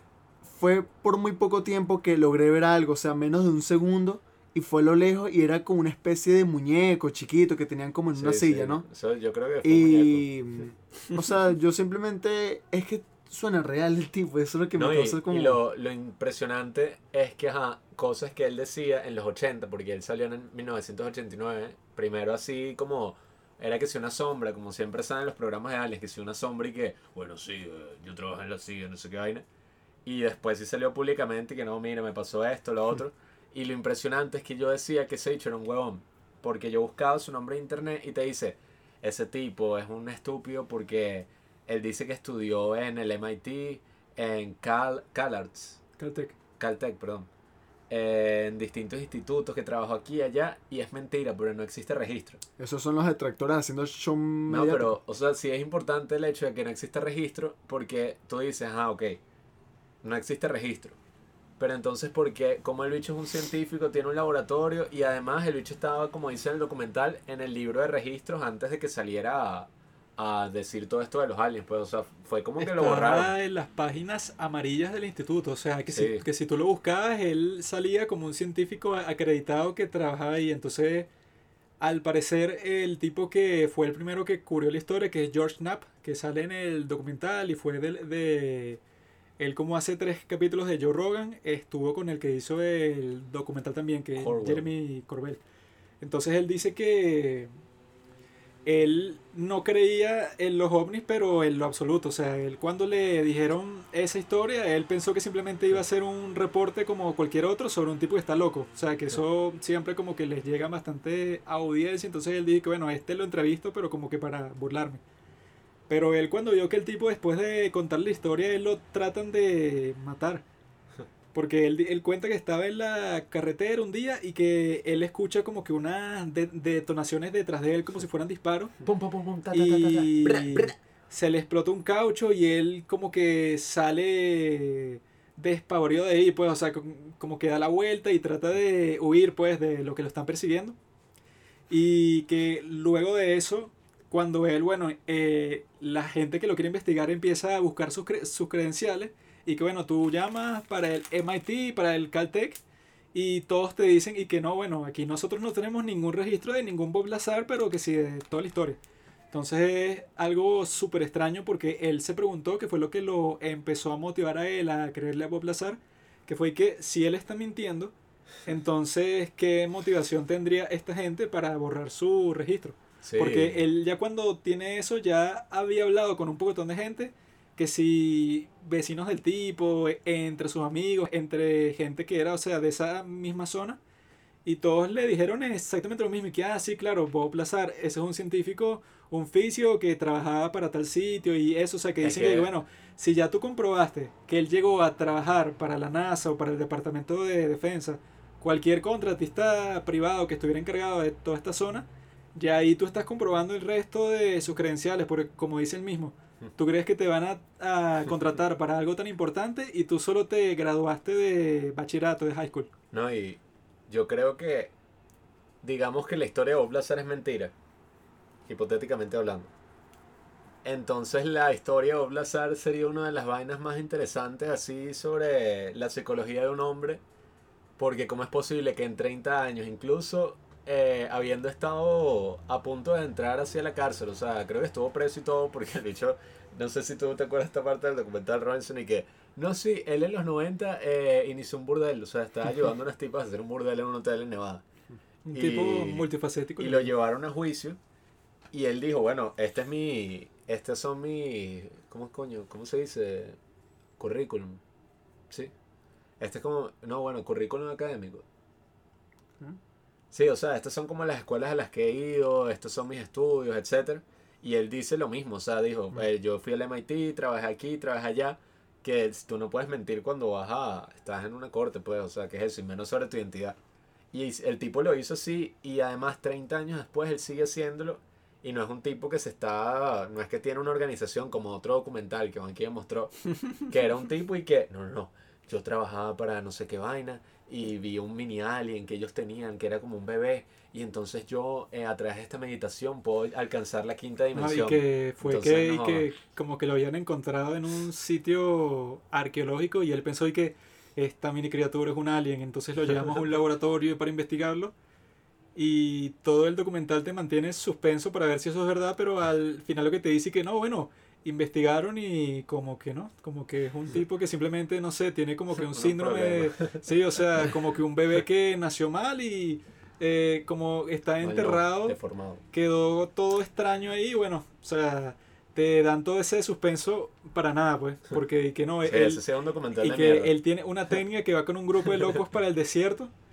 fue por muy poco tiempo que logré ver algo, o sea, menos de un segundo, y fue a lo lejos y era como una especie de muñeco chiquito que tenían como en una Sí, silla, sí. ¿no? Eso yo creo que fue un muñeco. Y, o sea, yo simplemente, es que suena real el tipo, eso es lo que No, me y, causa como... y lo, lo impresionante es que, ajá, cosas que él decía en los ochenta, porque él salió en mil novecientos ochenta y nueve, primero así como, era que si una sombra, como siempre salen los programas de aliens, que si una sombra y que, bueno, sí, eh, yo trabajo en la C I A, no sé qué vaina, y después sí salió públicamente que no, mira, me pasó esto, lo otro, y lo impresionante es que yo decía que ese dicho era un huevón, porque yo buscaba su nombre en internet y te dice, ese tipo es un estúpido porque él dice que estudió en el M I T, en Cal, CalArts, Caltech. Caltech, perdón, en distintos institutos, que trabajó aquí y allá, y es mentira, pero no existe registro. Esos son los detractores haciendo show No, mediático. pero, o sea, sí es importante el hecho de que no exista registro, porque tú dices, ah, ok, no existe registro. Pero entonces, ¿por qué? Como el bicho es un científico, tiene un laboratorio, y además el bicho estaba, como dice en el documental, en el libro de registros antes de que saliera a, a decir todo esto de los aliens, pues, o sea, fue como que lo Estaba borraron. en las páginas amarillas del instituto, o sea, que, Sí. si, que si tú lo buscabas, él salía como un científico acreditado que trabajaba ahí. Entonces, al parecer, el tipo que fue el primero que cubrió la historia, que es George Knapp, que sale en el documental y fue de, de él como hace tres capítulos de Joe Rogan, estuvo con el que hizo el documental también, que es Corwell. Jeremy Corbell. Entonces él dice que él no creía en los ovnis, pero en lo absoluto. O sea, él cuando le dijeron esa historia, él pensó que simplemente iba a ser un reporte como cualquier otro sobre un tipo que está loco. O sea, que eso siempre como que les llega bastante audiencia. Entonces él dijo que bueno, este lo entrevisto, pero como que para burlarme. Pero él cuando vio que el tipo después de contar la historia, él lo tratan de matar. Porque él, él cuenta que estaba en la carretera un día y que él escucha como que unas de- detonaciones detrás de él como si fueran disparos. Pum, pum, pum, pum, ta, ta, ta, ta, ta. Y Bra, bra. se le explota un caucho y él como que sale despavorido de ahí, pues, o sea, com- como que da la vuelta y trata de huir, pues, de lo que lo están persiguiendo. Y que luego de eso, cuando él, bueno, eh, la gente que lo quiere investigar empieza a buscar sus, cre- sus credenciales y que, bueno, tú llamas para el M I T, para el Caltech y todos te dicen y que no, bueno, aquí nosotros no tenemos ningún registro de ningún Bob Lazar, pero que sí de toda la historia. Entonces es algo súper extraño porque él se preguntó qué fue lo que lo empezó a motivar a él a creerle a Bob Lazar, que fue que si él está mintiendo, entonces ¿qué motivación tendría esta gente para borrar su registro? Sí. Porque él ya cuando tiene eso ya había hablado con un poquitón de gente, que si vecinos del tipo, e- entre sus amigos, entre gente que era, o sea, de esa misma zona, y todos le dijeron exactamente lo mismo, y que, ah, sí, claro, Bob Lazar, ese es un científico, un fisio que trabajaba para tal sitio, y eso, o sea, que Es dicen que- que, bueno, si ya tú comprobaste que él llegó a trabajar para la NASA o para el Departamento de Defensa, cualquier contratista privado que estuviera encargado de toda esta zona, ya ahí tú estás comprobando el resto de sus credenciales, porque como dice él mismo, tú crees que te van a, a contratar para algo tan importante y tú solo te graduaste de bachillerato, de high school. No, y yo creo que, digamos que la historia de Bob Lazar es mentira, hipotéticamente hablando. Entonces la historia de Bob Lazar sería una de las vainas más interesantes así sobre la psicología de un hombre, porque cómo es posible que en treinta años, incluso eh, habiendo estado a punto de entrar hacia la cárcel, o sea, creo que estuvo preso y todo, porque el bicho, no sé si tú te acuerdas esta parte del documental Robinson y que, no, sí, él en los noventa eh, inició un burdel, o sea, estaba ayudando a unas tipas a hacer un burdel en un hotel en Nevada. Un Y- tipo multifacético. Y lo llevaron a juicio. Y él dijo, bueno, este es mi... Estos son mis... ¿Cómo coño? ¿Cómo se dice? Currículum. Sí. Este es como... No, bueno, currículum académico. ¿Ah? Sí, o sea, estas son como las escuelas a las que he ido, estos son mis estudios, etcétera. Y él dice lo mismo, o sea, dijo, eh, yo fui al M I T, trabajé aquí, trabajé allá, que tú no puedes mentir cuando vas a... Estás en una corte, pues, o sea, que es eso, y menos sobre tu identidad. Y el tipo lo hizo así, y además treinta años después él sigue haciéndolo, y no es un tipo que se está... No es que tiene una organización como otro documental que Banqui demostró, que era un tipo y que... No, no, no, yo trabajaba para no sé qué vaina, y vi un mini alien que ellos tenían, que era como un bebé, y entonces yo eh, a través de esta meditación puedo alcanzar la quinta No, y dimensión. que fue Entonces, que, y no. que como que lo habían encontrado en un sitio arqueológico y él pensó y que esta mini criatura es un alien, entonces lo llevamos a un laboratorio para investigarlo y todo el documental te mantiene suspenso para ver si eso es verdad, pero al final lo que te dice que no, bueno, investigaron y como que no, como que es un tipo que simplemente, no sé, tiene como que un Unos síndrome, de- sí, o sea, como que un bebé que nació mal y eh, como está Mal, no, enterrado, deformado. quedó todo extraño ahí, bueno, o sea, te dan todo ese suspenso para nada, pues, porque que no, Sí, él, ese sea un documental y de que mierda. él tiene una técnica que va con un grupo de locos para el desierto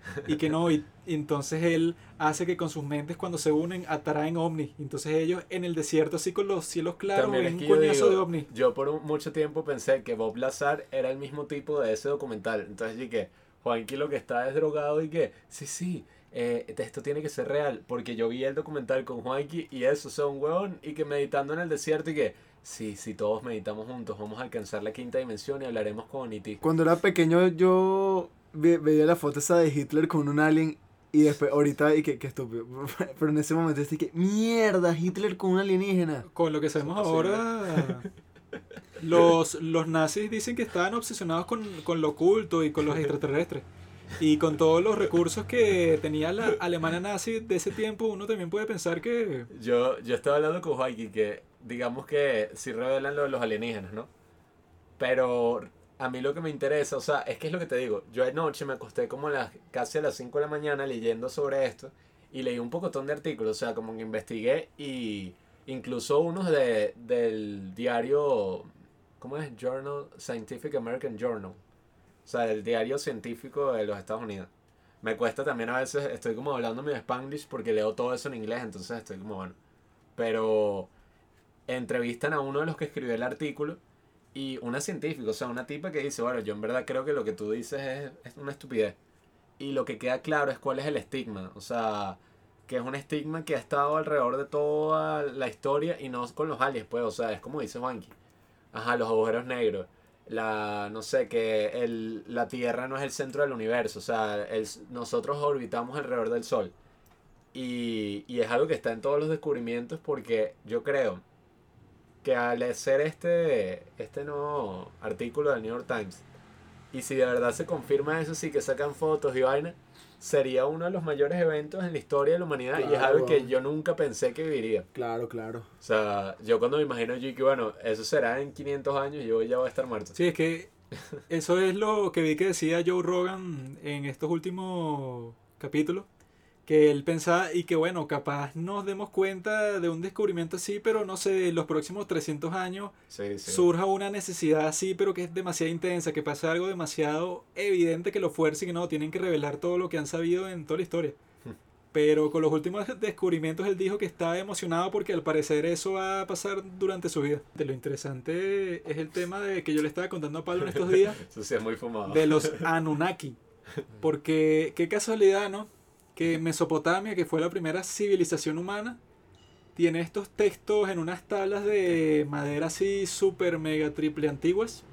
y que no, y, y entonces él hace que con sus mentes cuando se unen atraen ovnis. Entonces ellos en el desierto así con los cielos claros También ven es un que yo coñazo de digo, ovnis. yo por un- mucho tiempo pensé que Bob Lazar era el mismo tipo de ese documental. Entonces dije, Juanqui lo que está es drogado y que, sí, sí, eh, esto tiene que ser real. Porque yo vi el documental con Juanqui y eso, o sea, un huevón y que meditando en el desierto y que, sí, sí, todos meditamos juntos, vamos a alcanzar la quinta dimensión y hablaremos con E T. Cuando era pequeño yo ve- veía la foto esa de Hitler con un alien y después, ahorita, y que, que estúpido. Pero en ese momento estoy que, mierda, Hitler con un alienígena. Con lo que sabemos Eso es posible. ahora, los, los nazis dicen que estaban obsesionados con, con lo oculto y con los extraterrestres. Y con todos los recursos que tenía la Alemania nazi de ese tiempo, uno también puede pensar que... Yo, yo estaba hablando con Juanqui que, digamos que sí revelan lo de los alienígenas, ¿no? Pero a mí lo que me interesa, o sea, es que es lo que te digo. Yo anoche me acosté como a las, casi a las cinco de la mañana leyendo sobre esto y leí un pocotón de artículos, o sea, como que investigué y incluso unos de, del diario, ¿cómo es? Journal, Scientific American Journal. O sea, del diario científico de los Estados Unidos. Me cuesta también a veces, estoy como hablando mi Spanglish porque leo todo eso en inglés, entonces estoy como bueno. Pero entrevistan a uno de los que escribió el artículo y una científica, o sea, una tipa que dice, bueno, yo en verdad creo que lo que tú dices es, es una estupidez. Y lo que queda claro es cuál es el estigma, o sea, que es un estigma que ha estado alrededor de toda la historia y no con los aliens, pues, o sea, es como dice Juanqui. Ajá, los agujeros negros. La, no sé, que el, la Tierra no es el centro del universo, o sea, el, nosotros orbitamos alrededor del Sol. Y, y es algo que está en todos los descubrimientos porque yo creo que al hacer este, este nuevo artículo del New York Times, y si de verdad se confirma eso, sí que sacan fotos y vaina, sería uno de los mayores eventos en la historia de la humanidad y es Claro. algo que yo nunca pensé que viviría. Claro, claro. O sea, yo cuando me imagino yo que bueno, eso será en quinientos años y yo ya voy a estar muerto. Sí, es que eso es lo que vi que decía Joe Rogan en estos últimos capítulos, que él pensaba y que bueno, capaz nos demos cuenta de un descubrimiento así, pero no sé, en los próximos trescientos años Sí, sí. surja una necesidad así, pero que es demasiado intensa, que pase algo demasiado evidente que lo fuerce y que no, tienen que revelar todo lo que han sabido en toda la historia. Pero con los últimos descubrimientos él dijo que estaba emocionado porque al parecer eso va a pasar durante su vida. De lo interesante es el tema de que yo le estaba contando a Pablo en estos días, Eso sí es muy fumado. de los Anunnaki. Porque qué casualidad, ¿no? Que Mesopotamia, que fue la primera civilización humana, tiene estos textos en unas tablas de madera así súper mega triple antiguas.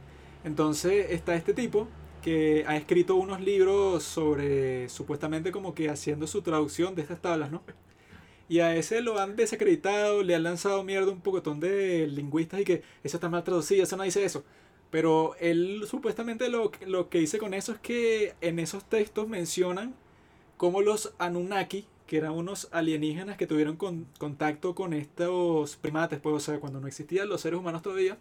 Entonces está este tipo que ha escrito unos libros sobre, supuestamente como que haciendo su traducción de estas tablas, ¿no? Y a ese lo han desacreditado, le han lanzado mierda un pocotón de lingüistas y que eso está mal traducido, eso no dice eso. Pero él supuestamente lo, lo que dice con eso es que en esos textos mencionan cómo los Anunnaki, que eran unos alienígenas que tuvieron con, contacto con estos primates, pues, o sea, cuando no existían los seres humanos todavía,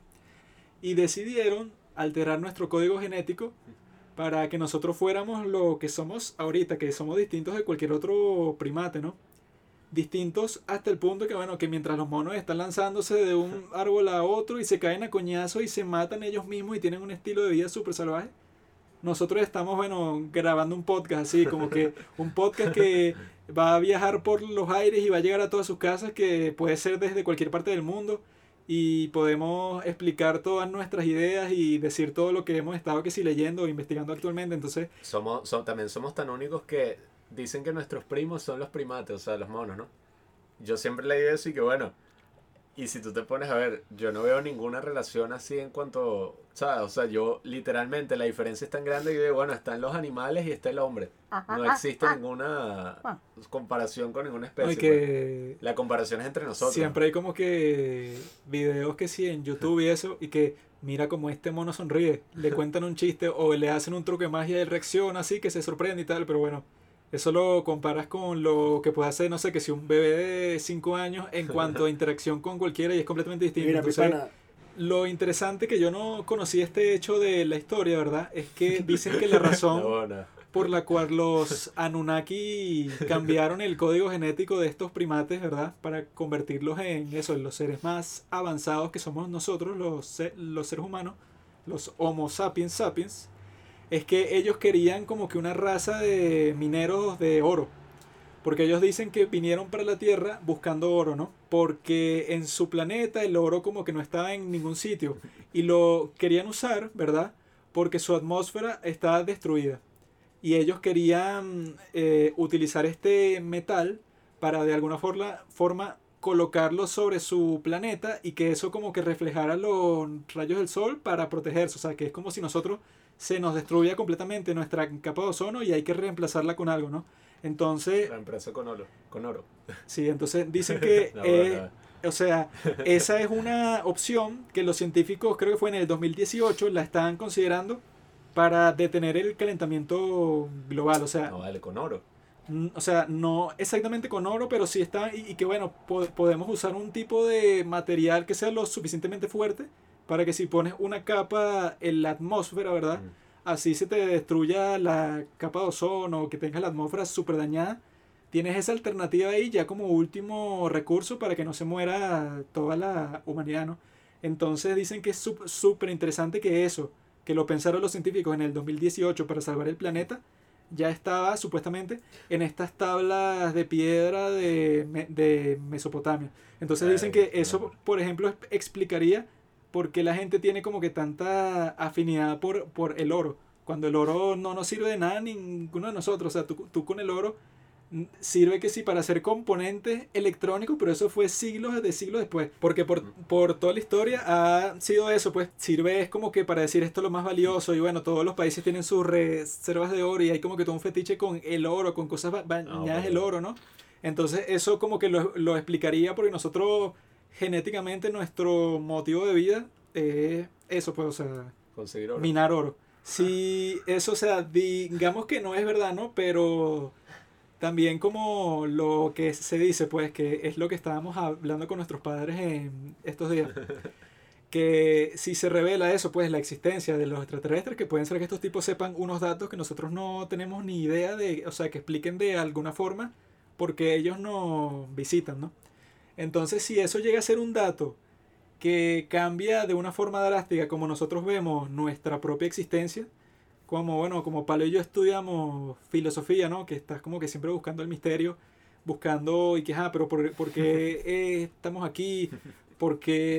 y decidieron alterar nuestro código genético para que nosotros fuéramos lo que somos ahorita, que somos distintos de cualquier otro primate, ¿no? Distintos hasta el punto que, bueno, que mientras los monos están lanzándose de un árbol a otro y se caen a coñazo y se matan ellos mismos y tienen un estilo de vida súper salvaje, nosotros estamos, bueno, grabando un podcast así, como que un podcast que va a viajar por los aires y va a llegar a todas sus casas, que puede ser desde cualquier parte del mundo, y podemos explicar todas nuestras ideas y decir todo lo que hemos estado que si leyendo o investigando actualmente. Entonces, Somos, so- también somos tan únicos que dicen que nuestros primos son los primates, o sea, los monos, ¿no? Yo siempre leí eso y que bueno, y si tú te pones a ver, yo no veo ninguna relación así en cuanto, ¿sabes? O sea, yo literalmente la diferencia es tan grande que bueno, están los animales y está el hombre. No existe ninguna comparación con ninguna no, especie. y que pues. La comparación es entre nosotros. siempre hay como que videos que sí en YouTube y eso, y que mira como este mono sonríe, le cuentan un chiste o le hacen un truco de magia y él reacciona así, que se sorprende y tal, pero bueno, eso lo comparas con lo que puede hacer, no sé, que si un bebé de cinco años en cuanto a interacción con cualquiera y es completamente distinto. Mira, mi Entonces, pana, lo interesante que yo no conocí este hecho de la historia, ¿verdad? Es que dicen que la razón No, bueno. por la cual los Anunnaki cambiaron el código genético de estos primates, ¿verdad? Para convertirlos en eso, en los seres más avanzados que somos nosotros, los, se- los seres humanos, los Homo sapiens sapiens. es que ellos querían como que una raza de mineros de oro. Porque ellos dicen que vinieron para la Tierra buscando oro, ¿no? Porque en su planeta el oro como que no estaba en ningún sitio. Y lo querían usar, ¿verdad? Porque su atmósfera está destruida. Y ellos querían eh, utilizar este metal para de alguna forma, forma colocarlo sobre su planeta y que eso como que reflejara los rayos del sol para protegerse. O sea, que es como si nosotros se nos destruya completamente nuestra capa de ozono y hay que reemplazarla con algo, ¿no? Entonces... Reemplazo con oro. Con oro. Sí, entonces dicen que... No, eh, no, no. O sea, esa es una opción que los científicos, creo que fue en el dos mil dieciocho, la estaban considerando para detener el calentamiento global. O sea, No vale, con oro. mm, o sea, no exactamente con oro, pero sí está, y, y que bueno, po- podemos usar un tipo de material que sea lo suficientemente fuerte para que si pones una capa en la atmósfera, ¿verdad? Mm. Así se te destruya la capa de ozono o que tengas la atmósfera súper dañada. Tienes esa alternativa ahí ya como último recurso para que no se muera toda la humanidad, ¿no? Entonces dicen que es sup- súper interesante que eso, que lo pensaron los científicos en el dos mil dieciocho para salvar el planeta, ya estaba supuestamente en estas tablas de piedra de, Me- de Mesopotamia. Entonces dicen Ay, que eso, no. por ejemplo, es- explicaría por qué la gente tiene como que tanta afinidad por, por el oro, cuando el oro no nos sirve de nada a ninguno de nosotros. O sea, tú, tú con el oro mm, sirve que sí para hacer componentes electrónicos, pero eso fue siglos de siglos después. Porque por, por toda la historia ha sido eso, pues sirve es como que para decir esto es lo más valioso. Y bueno, todos los países tienen sus reservas de oro y hay como que todo un fetiche con el oro, con cosas ba- No, bañadas el pero- oro, ¿no? Entonces eso como que lo, lo explicaría porque nosotros genéticamente nuestro motivo de vida es eso, pues, o sea, Conseguir oro. minar oro. Si eso, o sea, digamos que no es verdad, ¿no? Pero también como lo que se dice, pues, que es lo que estábamos hablando con nuestros padres en estos días, que si se revela eso, pues, la existencia de los extraterrestres, que pueden ser que estos tipos sepan unos datos que nosotros no tenemos ni idea de, o sea, que expliquen de alguna forma porque ellos nos visitan, ¿no? Entonces, si eso llega a ser un dato que cambia de una forma drástica como nosotros vemos nuestra propia existencia, como bueno, como Pablo y yo estudiamos filosofía, ¿no? Que estás como que siempre buscando el misterio, buscando y que, ah, pero ¿por, por qué eh, estamos aquí? ¿Por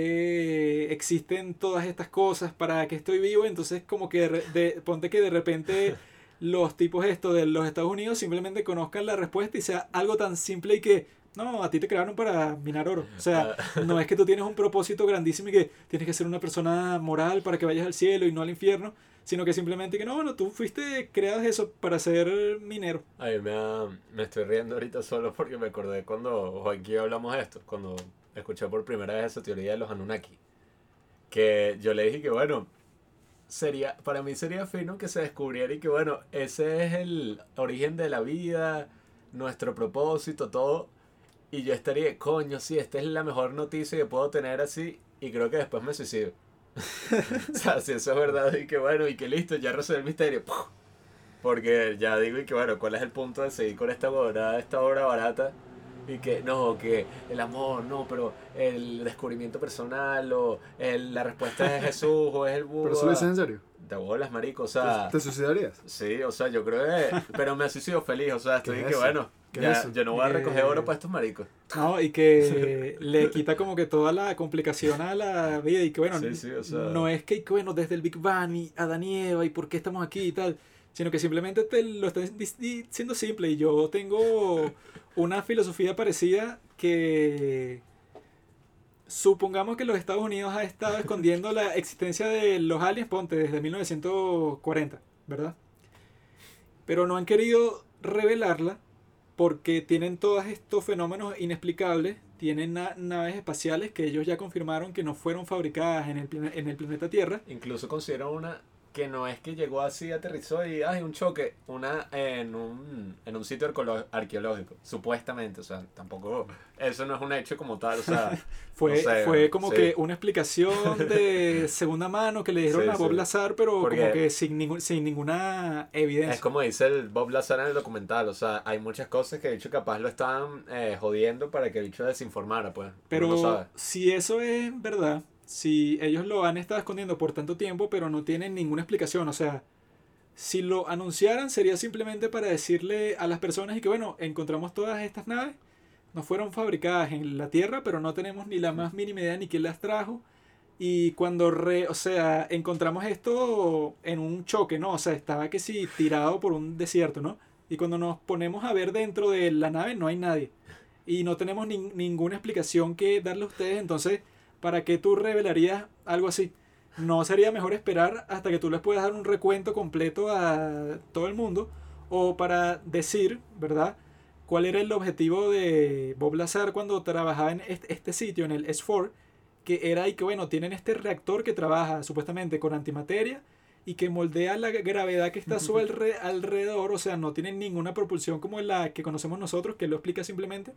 qué existen todas estas cosas? ¿Para qué estoy vivo? Entonces como que de, re- de- ponte que de repente los tipos estos de los Estados Unidos simplemente conozcan la respuesta y sea algo tan simple y que, no, a ti te crearon para minar oro. O sea, no es que tú tienes un propósito grandísimo y que tienes que ser una persona moral para que vayas al cielo y no al infierno, sino que simplemente que no, bueno, tú fuiste creado eso para ser minero. A mí me, da- me estoy riendo ahorita solo porque me acordé cuando Joaquín hablamos de esto, cuando escuché por primera vez esa teoría de los Anunnaki. Que yo le dije que bueno, sería, para mí sería fino que se descubriera y que bueno, ese es el origen de la vida, nuestro propósito, todo. Y yo estaría, coño, sí, esta es la mejor noticia que puedo tener así. Y creo que después me suicido. O sea, si eso es verdad, y que bueno, y que listo, ya resolví el misterio. ¡Puf! Porque ya digo, y que bueno, ¿cuál es el punto de seguir con esta obra, esta obra barata? Y que no, que el amor, no, pero el descubrimiento personal, o el, la respuesta es Jesús, o es el Buda. ¿Pero eso lo dices en serio? De bolas, marico, o sea. ¿Te suicidarías? Sí, o sea, yo creo que. Pero me ha sido feliz, o sea, estoy ¿Qué es que eso? bueno. ¿Qué es Ya, eso? yo no voy a recoger Eh, oro para estos maricos. No, y que le quita como que toda la complicación a la vida y que bueno, Sí, sí, o sea- no es que que, bueno, desde el Big Bang y Adán y Eva y por qué estamos aquí y tal, sino que simplemente te lo están di- diciendo simple y yo tengo una filosofía parecida que supongamos que los Estados Unidos ha estado escondiendo la existencia de los aliens, ponte, desde mil novecientos cuarenta, ¿verdad? Pero no han querido revelarla porque tienen todos estos fenómenos inexplicables, tienen na- naves espaciales que ellos ya confirmaron que no fueron fabricadas en el, plane- en el planeta Tierra. Incluso considero una que no es que llegó así, aterrizó y hay un choque, una en un, en un sitio arqueolo- arqueológico, supuestamente, o sea, tampoco, eso no es un hecho como tal, o sea, Fue, no sé, fue como sí. que una explicación de segunda mano que le dieron Sí, a Bob sí. Lazar, pero Porque- como que sin, ningún, sin ninguna evidencia. Es como dice el Bob Lazar en el documental, o sea, hay muchas cosas que el bicho capaz lo estaban eh, jodiendo para que el bicho desinformara, pues, Pero uno no sabe. si eso es verdad, si ellos lo han estado escondiendo por tanto tiempo, pero no tienen ninguna explicación, o sea, Si lo anunciaran sería simplemente para decirle a las personas y que bueno, encontramos todas estas naves, no fueron fabricadas en la Tierra, pero no tenemos ni la más mínima idea ni quién las trajo. Y cuando, re, o sea, encontramos esto en un choque, ¿no? O sea, estaba que sí tirado por un desierto, ¿no? Y cuando nos ponemos a ver dentro de la nave no hay nadie. Y no tenemos ni, ninguna explicación que darle a ustedes. Entonces, ¿para qué tú revelarías algo así? ¿No sería mejor esperar hasta que tú les puedas dar un recuento completo a todo el mundo? O para decir, ¿verdad? ¿Cuál era el objetivo de Bob Lazar cuando trabajaba en este, este sitio, en el S cuatro? Que era y que, bueno, tienen este reactor que trabaja supuestamente con antimateria y que moldea la gravedad que está a su alre alrededor, o sea, no tienen ninguna propulsión como la que conocemos nosotros, que lo explica simplemente.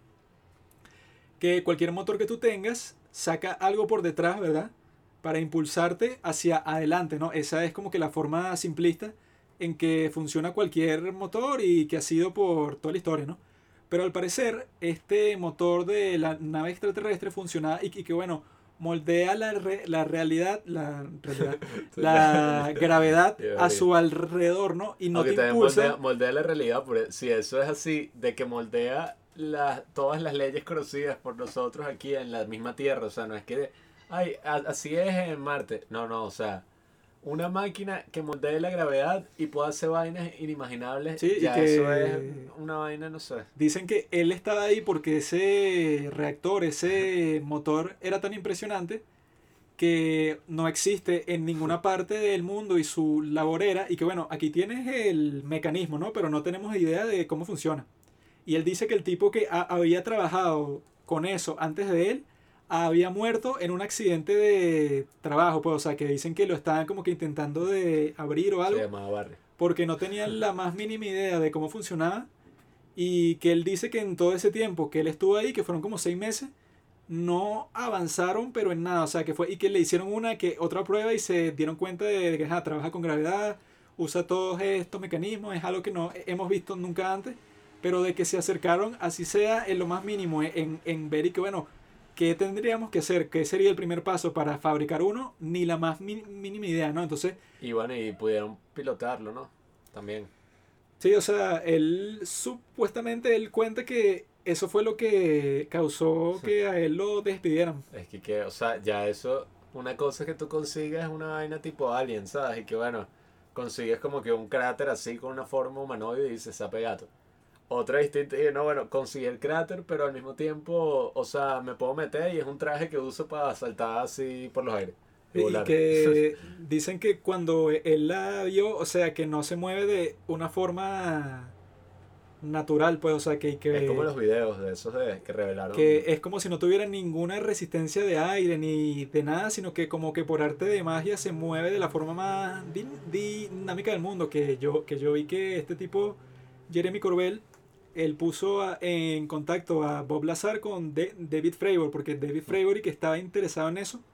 Que cualquier motor que tú tengas saca algo por detrás, ¿verdad? Para impulsarte hacia adelante, ¿no? Esa es como que la forma simplista en que funciona cualquier motor y que ha sido por toda la historia, ¿no? Pero al parecer, este motor de la nave extraterrestre funcionaba y, y que, bueno, moldea la, re, la realidad, la, realidad, la gravedad a su alrededor, ¿no? Y no Aunque te impulsa. Moldea, moldea la realidad, por, si eso es así, de que moldea la, todas las leyes conocidas por nosotros aquí en la misma Tierra, o sea, no es que, ay, a, así es en Marte, no, no, o sea, una máquina que moldee la gravedad y pueda hacer vainas inimaginables, sí, ya y que eso es una vaina, no sé. Dicen que él estaba ahí porque ese reactor, ese motor era tan impresionante que no existe en ninguna parte del mundo y su labor era, y que bueno, aquí tienes el mecanismo, ¿no? Pero no tenemos idea de cómo funciona. Y él dice que el tipo que ha, había trabajado con eso antes de él había muerto en un accidente de trabajo, pues, o sea, que dicen que lo estaban como que intentando de abrir o algo. Se llamaba Barry. Porque no tenían la más mínima idea de cómo funcionaba. Y que él dice que en todo ese tiempo que él estuvo ahí, que fueron como seis meses, no avanzaron, pero en nada. O sea, que fue, y que le hicieron una que otra prueba y se dieron cuenta de que ajá, trabaja con gravedad, usa todos estos mecanismos, es algo que no hemos visto nunca antes, pero de que se acercaron, así sea en lo más mínimo, en, en ver y que bueno, ¿qué tendríamos que hacer? ¿Qué sería el primer paso para fabricar uno? Ni la más mínima idea, ¿no? Entonces... Y bueno, y pudieron pilotarlo, ¿no? También. Sí, o sea, él supuestamente, él cuenta que eso fue lo que causó que a él lo despidieran. Es que, que, o sea, ya eso, una cosa que tú consigas es una vaina tipo Alien, ¿sabes? Y que bueno, consigues como que un cráter así con una forma humanoide y dices, sape gato. Otra distinta, y no, bueno, conseguí el cráter, pero al mismo tiempo, o sea, me puedo meter y es un traje que uso para saltar así por los aires. Y, y que dicen que cuando él la vio, o sea, que no se mueve de una forma natural, pues, o sea, que... que es como los videos de esos de, que revelaron. Que es como si no tuviera ninguna resistencia de aire ni de nada, sino que como que por arte de magia se mueve de la forma más dinámica del mundo, que yo, que yo vi que este tipo, Jeremy Corbell, él puso a, en contacto a Bob Lazar con de, David Fravor, porque David Fravor y que estaba interesado en eso,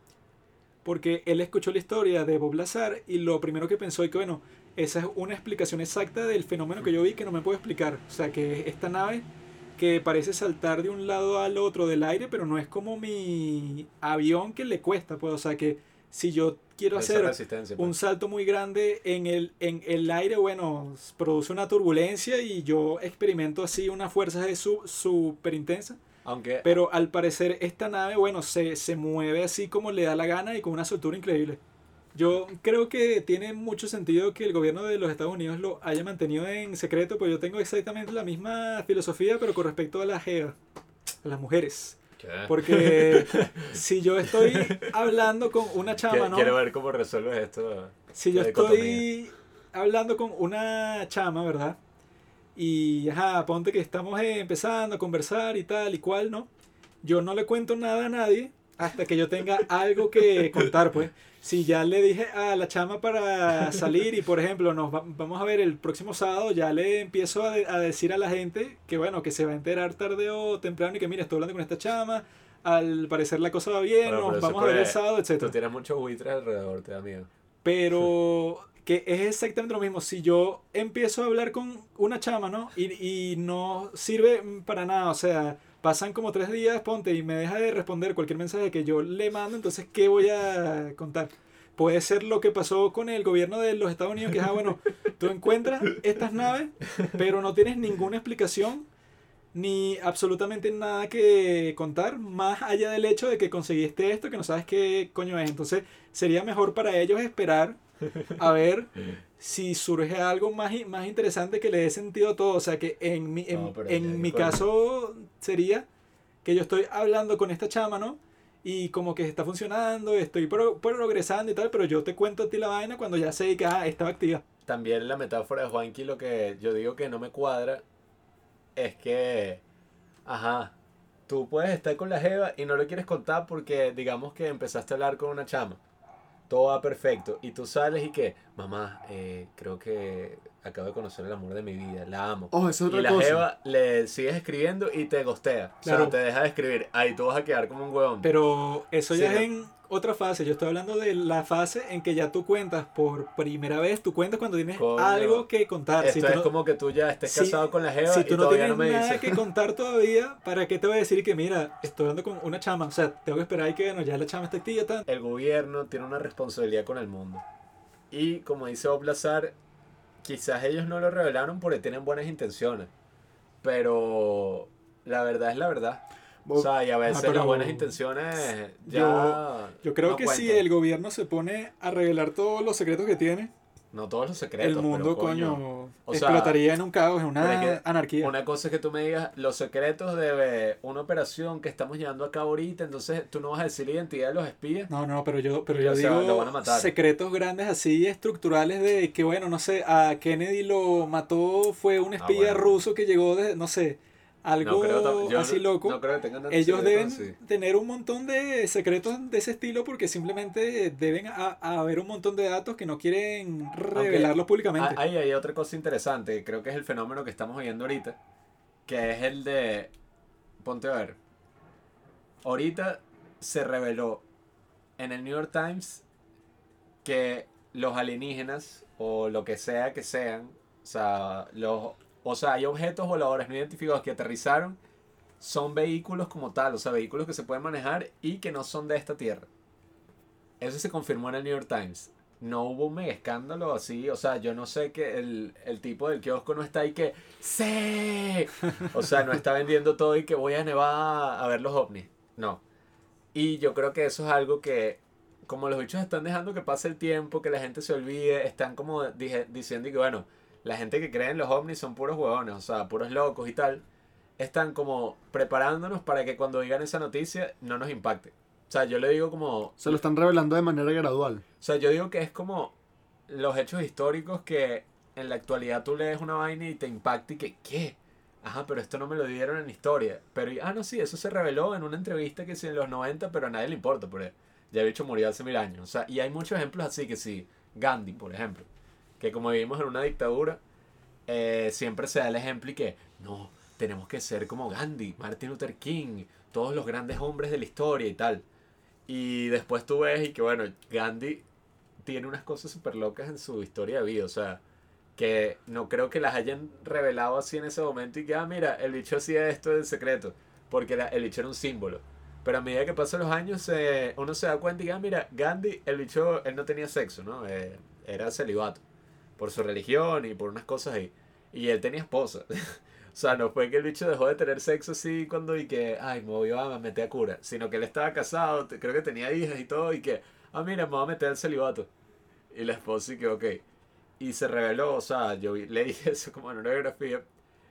porque él escuchó la historia de Bob Lazar y lo primero que pensó es que, bueno, esa es una explicación exacta del fenómeno que yo vi que no me puedo explicar. O sea, que esta nave que parece saltar de un lado al otro del aire, pero no es como mi avión que le cuesta, pues, o sea, que si yo quiero hacer un salto muy grande en el, en el aire, bueno, produce una turbulencia y yo experimento así unas fuerzas de su, súper intensas. Aunque, pero al parecer esta nave, bueno, se, se mueve así como le da la gana y con una soltura increíble. Yo creo que tiene mucho sentido que el gobierno de los Estados Unidos lo haya mantenido en secreto, pues yo tengo exactamente la misma filosofía, pero con respecto a las jevas, a las mujeres. ¿qué? Porque si yo estoy hablando con una chama, ¿no? Quiero ver cómo resuelves esto. Si yo estoy hablando con una chama, ¿verdad? Y, ajá, ponte que estamos eh, empezando a conversar y tal y cual, ¿no? Yo no le cuento nada a nadie hasta que yo tenga algo que contar, pues. Si ya le dije a la chama para salir y, por ejemplo, nos va, vamos a ver el próximo sábado, ya le empiezo a, de, a decir a la gente que, bueno, que se va a enterar tarde o temprano y que, mira, estoy hablando con esta chama, al parecer la cosa va bien, bueno, nos vamos a ver el sábado, etcétera. Tú tienes muchos buitres alrededor, te da miedo. Pero... que es exactamente lo mismo. Si yo empiezo a hablar con una chama, ¿no? Y, y no sirve para nada, o sea, pasan como tres días, ponte, y me deja de responder cualquier mensaje que yo le mando, entonces, ¿qué voy a contar? Puede ser lo que pasó con el gobierno de los Estados Unidos, que es, ah, bueno, Tú encuentras estas naves, pero no tienes ninguna explicación ni absolutamente nada que contar, más allá del hecho de que conseguiste esto que no sabes qué coño es. Entonces sería mejor para ellos esperar a ver si surge algo más, i- más interesante que le dé sentido a todo. O sea que en mi, en, No, pero ya en que mi coño. caso sería que yo estoy hablando con esta chama, ¿no? Y como que está funcionando, estoy pro- progresando y tal, pero yo te cuento a ti la vaina cuando ya sé que ah, estaba activa. También la metáfora de Juanqui, lo que yo digo que no me cuadra es que, ajá, tú puedes estar con la jeva y no lo quieres contar porque digamos que empezaste a hablar con una chama. Todo va perfecto. Y tú sales y que, mamá, eh, creo que acabo de conocer el amor de mi vida, la amo. Ojo, esa es Y otra la cosa. jeva le sigues escribiendo y te gostea. O Claro. sea, te deja de escribir. Ahí tú vas a quedar como un huevón. Pero eso Sí, ya no. es en otra fase. Yo estoy hablando de la fase en que ya tú cuentas por primera vez. Tú cuentas cuando tienes Coño, algo que contar. Esto Si tú es no, como que tú ya estés si- casado con la jeva si y tú no todavía tienes no me nada dices. que contar todavía, ¿para qué te voy a decir que mira, estoy hablando con una chama? O sea, tengo que esperar y que bueno, ya la chama está activa. Tal. El gobierno tiene una responsabilidad con el mundo. Y como dice Oblazar, quizás ellos no lo revelaron porque tienen buenas intenciones. Pero la verdad es la verdad. O sea, y a veces pero las buenas intenciones ya yo- Yo creo no que si cuentan. el gobierno se pone a revelar todos los secretos que tiene, No todos los secretos, el mundo, pero coño, coño, o sea, explotaría en un caos, en pero una es que anarquía. una cosa es que tú me digas los secretos de una operación que estamos llevando a cabo ahorita, entonces tú no vas a decir la identidad de los espías. No, no, pero yo, pero Y, yo o sea, lo van a digo matar. secretos grandes así, estructurales de que, bueno, no sé, a Kennedy lo mató, fue un espía bueno. ruso que llegó de, no sé, algo No creo, tam- yo así no- loco. no creo que tengan tantos Ellos secretos deben así. tener un montón de secretos de ese estilo porque simplemente deben a- a haber un montón de datos que no quieren revelarlos públicamente. Ahí hay otra cosa interesante, creo que es el fenómeno que estamos viendo ahorita, que es el de, ponte a ver, ahorita se reveló en el New York Times que los alienígenas, o lo que sea que sean, o sea, los, o sea, hay objetos voladores no identificados que aterrizaron, son vehículos como tal, o sea, vehículos que se pueden manejar y que no son de esta tierra. Eso se confirmó en el New York Times. No hubo un mega escándalo así, o sea, yo no sé que el, el tipo del kiosco no está ahí que ¡sí! O sea, no está vendiendo todo y que voy a Nevada a ver los ovnis. No. Y yo creo que eso es algo que, como los bichos están dejando que pase el tiempo, que la gente se olvide, están como dije, diciendo que bueno, la gente que cree en los ovnis son puros huevones, o sea, puros locos y tal. Están como preparándonos para que cuando digan esa noticia no nos impacte. O sea, yo le digo como... Se lo están revelando de manera gradual. O sea, yo digo que es como los hechos históricos que en la actualidad tú lees una vaina y te impacta y que, ¿qué? Ajá, pero esto no me lo dieron en historia. Pero, ah, no, sí, eso se reveló en una entrevista que sí en los noventa, pero a nadie le importa, porque ya el bicho murió hace mil años. O sea, y hay muchos ejemplos así que sí. Gandhi, por ejemplo, que como vivimos en una dictadura, eh, siempre se da el ejemplo y que, no, tenemos que ser como Gandhi, Martin Luther King, todos los grandes hombres de la historia y tal. Y después tú ves y que, bueno, Gandhi tiene unas cosas súper locas en su historia de vida, o sea, que no creo que las hayan revelado así en ese momento y que, ah, mira, el bicho hacía esto en secreto, porque la- el bicho era un símbolo. Pero a medida que pasan los años, eh, uno se da cuenta y que, ah, mira, Gandhi, el bicho, él no tenía sexo, ¿no? Eh, era celibato, por su religión y por unas cosas ahí. Y él tenía esposa. O sea, no fue que el bicho dejó de tener sexo así cuando y que, ay, me voy a meter a cura, sino que él estaba casado, te- creo que tenía hijas y todo, y que, ah, mira, me voy a meter al celibato. Y la esposa y que, ok. Y se reveló, o sea, yo vi- leí eso como en una biografía,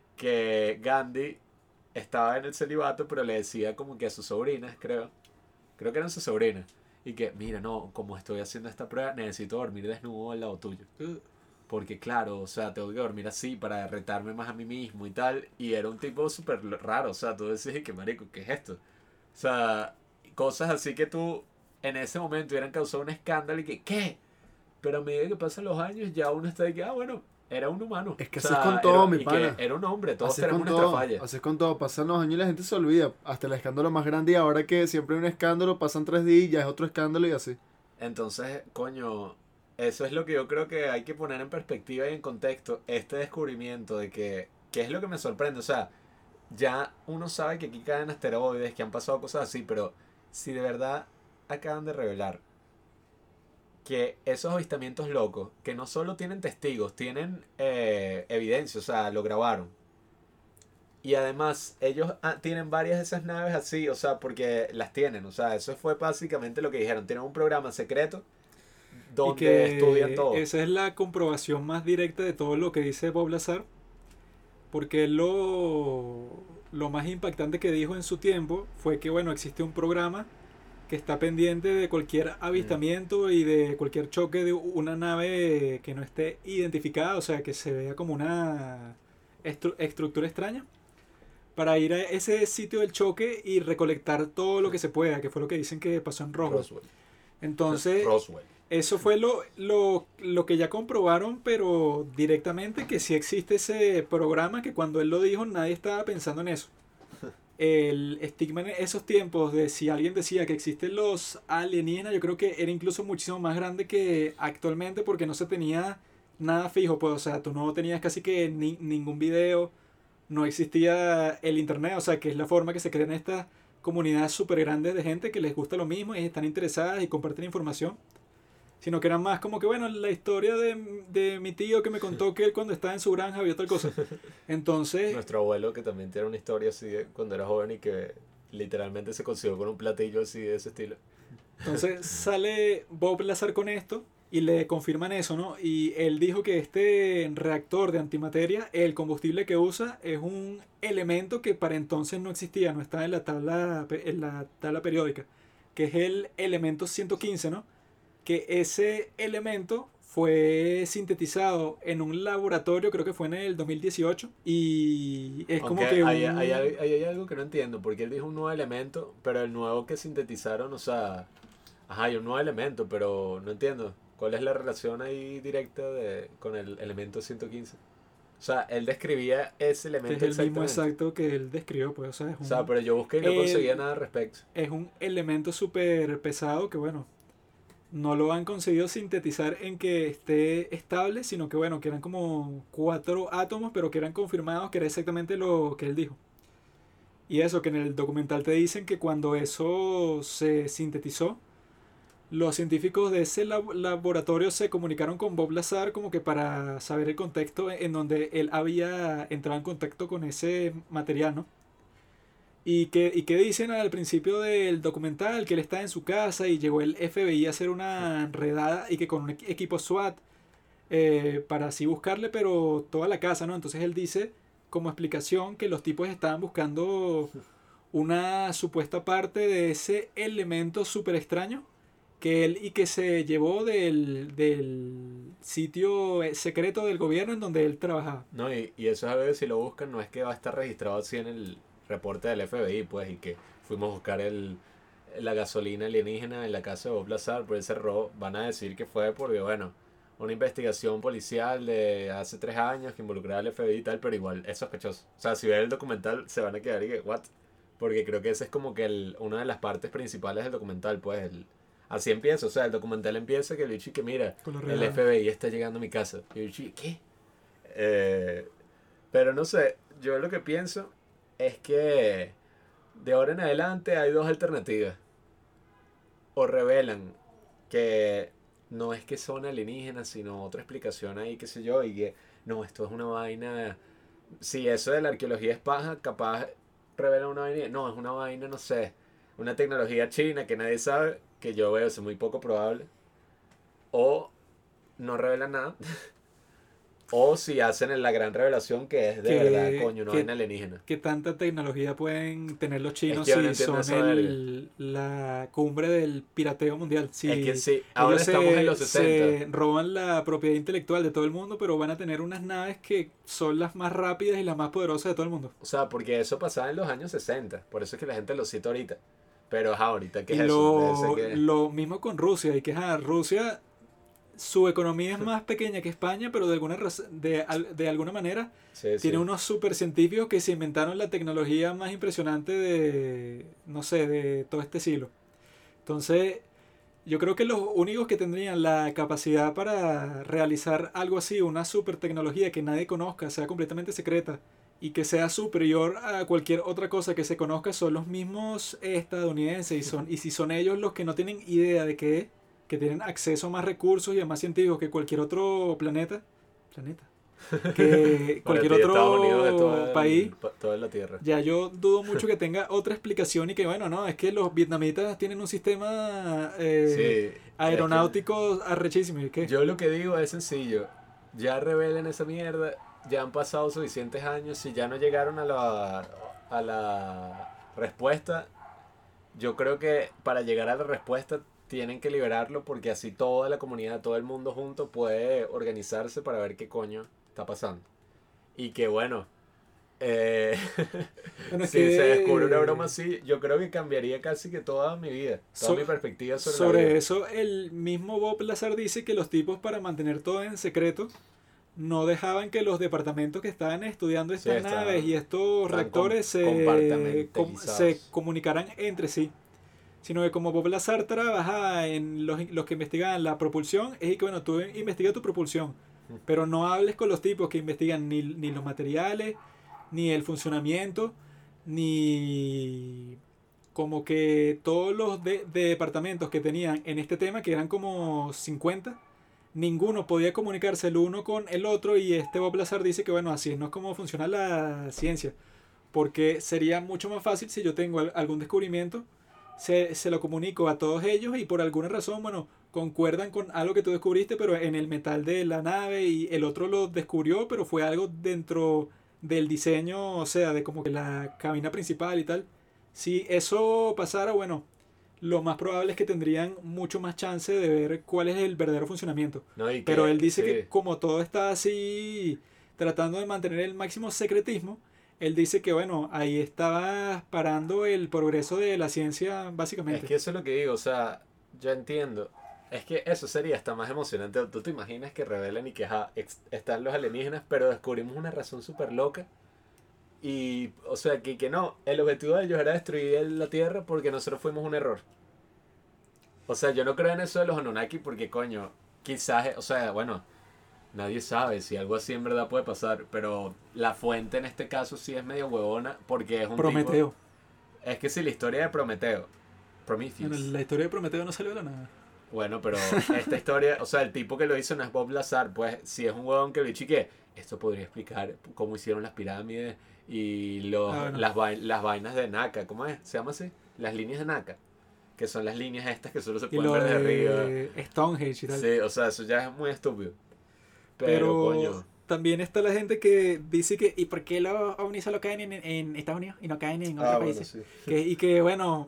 que Gandhi estaba en el celibato, pero le decía como que a sus sobrinas, creo, creo que eran sus sobrinas, y que, mira, no, como estoy haciendo esta prueba, necesito dormir desnudo al lado tuyo. Porque claro, o sea, tengo que dormir así para retarme más a mí mismo y tal. Y era un tipo súper raro, o sea, tú decís, que marico, ¿qué es esto? O sea, cosas así que tú en ese momento hubieran causado un escándalo y que, ¿qué? Pero a medida que pasan los años ya uno está de que, ah, bueno, era un humano. Es que O así sea, es con todo, era, mi y que pana. era un hombre, todos Así es tenemos con nuestra todo. falla. Así es con todo. Pasan los años y la gente se olvida. Hasta el escándalo más grande y ahora que siempre hay un escándalo, pasan tres días y ya es otro escándalo y así. Entonces, coño, eso es lo que yo creo que hay que poner en perspectiva y en contexto, este descubrimiento de que, ¿qué es lo que me sorprende? O sea, ya uno sabe que aquí caen asteroides, que han pasado cosas así, pero si de verdad acaban de revelar que esos avistamientos locos, que no solo tienen testigos, tienen eh, evidencia, o sea, lo grabaron. Y además, ellos ah, tienen varias de esas naves así, o sea, porque las tienen, o sea, eso fue básicamente lo que dijeron. Tienen un programa secreto Y donde que estudian todo. esa es la comprobación más directa de todo lo que dice Bob Lazar, porque él lo, lo más impactante que dijo en su tiempo fue que, bueno, existe un programa que está pendiente de cualquier avistamiento y de cualquier choque de una nave que no esté identificada, o sea, que se vea como una estru- estructura extraña, para ir a ese sitio del choque y recolectar todo lo que se pueda, que fue lo que dicen que pasó en Roswell. Roswell. Entonces, Roswell. eso fue lo, lo, lo que ya comprobaron, pero directamente que sí existe ese programa, que cuando él lo dijo nadie estaba pensando en eso. El estigma en esos tiempos de si alguien decía que existen los alienígenas, yo creo que era incluso muchísimo más grande que actualmente, porque no se tenía nada fijo, pues, o sea, tú no tenías casi que ni, ningún video, no existía el internet, o sea, que es la forma que se crean estas comunidades súper grandes de gente que les gusta lo mismo y están interesadas y comparten información. Sino que eran más como que, bueno, la historia de, de mi tío que me contó que él cuando estaba en su granja vio tal cosa. Entonces, Nuestro abuelo, que también tiene una historia así de cuando era joven y que literalmente se consiguió con un platillo así de ese estilo. entonces sale Bob Lazar con esto y le confirman eso, ¿no? Y él dijo que este reactor de antimateria, el combustible que usa es un elemento que para entonces no existía, no estaba en la tabla, pe- en la tabla periódica, que es el elemento ciento quince, ¿no? Que ese elemento fue sintetizado en un laboratorio, creo que fue en el dos mil dieciocho, y es como Aunque que hay, un... hay, hay, hay algo que no entiendo, porque él dijo un nuevo elemento, pero el nuevo que sintetizaron, o sea, ajá, hay un nuevo elemento, pero no entiendo. ¿Cuál es la relación ahí directa de, con el elemento ciento quince? O sea, él describía ese que elemento es el mismo exactamente. exacto que él describió, pues, o sea, es O sea, un, pero yo busqué y no el- conseguía nada al respecto. es un elemento súper pesado que, bueno, no lo han conseguido sintetizar en que esté estable, sino que, bueno, que eran como cuatro átomos, pero que eran confirmados que era exactamente lo que él dijo. Y eso, que en el documental te dicen que cuando eso se sintetizó, los científicos de ese lab- laboratorio se comunicaron con Bob Lazar como que para saber el contexto en donde él había entrado en contacto con ese material, ¿no? Y que, y que dicen al principio del documental que él está en su casa y llegó el F B I a hacer una redada y que con un equi- equipo SWAT eh, para así buscarle, pero toda la casa, ¿no? Entonces él dice como explicación que los tipos estaban buscando una supuesta parte de ese elemento súper extraño que él y que se llevó del, del sitio eh, secreto del gobierno en donde él trabajaba. No, y, y eso es algo que si lo buscan no es que va a estar registrado así en el reporte del F B I, pues, y que fuimos a buscar el, la gasolina alienígena en la casa de Bob Lazar por ese robo. Van a decir que fue porque, bueno, una investigación policial de hace tres años que involucraba al F B I y tal, pero igual es sospechoso. O sea, si ven el documental se van a quedar y que, ¿what? Porque creo que esa es como que el, una de las partes principales del documental, pues, el, así empieza. O sea, el documental empieza que el bicho y que mira, Con los el regalos. F B I está llegando a mi casa. Y el bicho y ¿qué? Eh, pero no sé, yo lo que pienso es que de ahora en adelante hay dos alternativas. O revelan que no es que son alienígenas, sino otra explicación ahí, qué sé yo, y que no, esto es una vaina. Si eso de la arqueología es paja, capaz revela una vaina. No, es una vaina, no sé, una tecnología china que nadie sabe, que yo veo, es muy poco probable. O no revelan nada. O si hacen la gran revelación que es de Que- verdad, coño, no que- hay alienígena. ¿Qué tanta tecnología pueden tener los chinos que yo no si entiendo son esa el- la cumbre del pirateo mundial? Si Es que sí, ahora ellos estamos se, en los sesenta. se roban la propiedad intelectual de todo el mundo, pero van a tener unas naves que son las más rápidas y las más poderosas de todo el mundo. O sea, porque eso pasaba en los años sesenta. Por eso es que la gente lo cita ahorita. Pero ajá, ahorita, ¿qué Y es eso? lo, Debe ser que- lo mismo con Rusia, y que ajá, Rusia, su economía es más pequeña que España, pero de alguna, raz- de, al- de alguna manera Sí, sí. tiene unos super científicos que se inventaron la tecnología más impresionante de, no sé, de todo este siglo. Entonces, yo creo que los únicos que tendrían la capacidad para realizar algo así, una super tecnología que nadie conozca, sea completamente secreta y que sea superior a cualquier otra cosa que se conozca, son los mismos estadounidenses. Y, son, y si son ellos los que no tienen idea de qué es, que tienen acceso a más recursos y a más científicos que cualquier otro planeta, planeta, que Para cualquier ti, Estados Unidos es otro todo el- país, pa- toda la tierra. ya yo dudo mucho que tenga otra explicación y que bueno, no, es que los vietnamitas tienen un sistema eh, Sí, aeronáutico arrechísimo. ¿Y qué? yo lo que digo es sencillo. Ya revelen esa mierda. Ya han pasado suficientes años. Si ya no llegaron a la, a la respuesta, yo creo que para llegar a la respuesta tienen que liberarlo porque así toda la comunidad, todo el mundo junto puede organizarse para ver qué coño está pasando. Y que bueno, eh, Bueno, es si que- se descubre una broma así, yo creo que cambiaría casi que toda mi vida, toda So- mi perspectiva sobre, la Sobre vida. eso, el mismo Bob Lazar dice que los tipos, para mantener todo en secreto, no dejaban que los departamentos que estaban estudiando estas Sí, estaban- naves y estos estaban reactores com- se, com- compartamentalizados. se comunicaran entre sí. Sino que como Bob Lazar trabaja en los, los que investigan la propulsión, es que bueno, tú investiga tu propulsión, pero no hables con los tipos que investigan ni, ni los materiales, ni el funcionamiento, ni como que todos los de, de departamentos que tenían en este tema, que eran como cincuenta, ninguno podía comunicarse el uno con el otro y este Bob Lazar dice que bueno, así no es como funciona la ciencia, porque sería mucho más fácil si yo tengo al- algún descubrimiento, se, se lo comunico a todos ellos y por alguna razón, bueno, concuerdan con algo que tú descubriste, pero en el metal de la nave y el otro lo descubrió, pero fue algo dentro del diseño, o sea, de como que la cabina principal y tal. Si eso pasara, bueno, lo más probable es que tendrían mucho más chance de ver cuál es el verdadero funcionamiento. ¿No? Y que- Pero él dice sí. que como todo está así, tratando de mantener el máximo secretismo, él dice que bueno, ahí estaba parando el progreso de la ciencia básicamente. Es que eso es lo que digo, o sea, yo entiendo. Es que eso sería hasta más emocionante. Tú te imaginas que revelen y que ajá, ex- están los alienígenas, pero descubrimos una razón súper loca. Y, o sea, que, que no, el objetivo de ellos era destruir el- la Tierra porque nosotros fuimos un error. O sea, yo no creo en eso de los Anunnaki porque, coño, quizás, o sea, bueno, nadie sabe si algo así en verdad puede pasar, pero la fuente en este caso sí es medio huevona porque es un Prometeo. tipo... Es que si la historia de Prometeo, Prometheus... Bueno, la historia de Prometeo no salió de la nada. Bueno, pero esta historia, o sea, el tipo que lo hizo no es Bob Lazar, pues si es un huevón que lo dicho y que esto podría explicar cómo hicieron las pirámides y los, Ah, bueno. las, vai- las vainas de Naka, ¿cómo es? ¿Se llama así? Las líneas de Naka, que son las líneas estas que solo se Y pueden lo ver de arriba. de Stonehenge y tal. Sí, o sea, eso ya es muy estúpido. Pero, Pero coño, también está la gente que dice que ¿y por qué los ovnis solo caen en, en Estados Unidos y no caen en otros ah, bueno, países? sí. Que, y que bueno,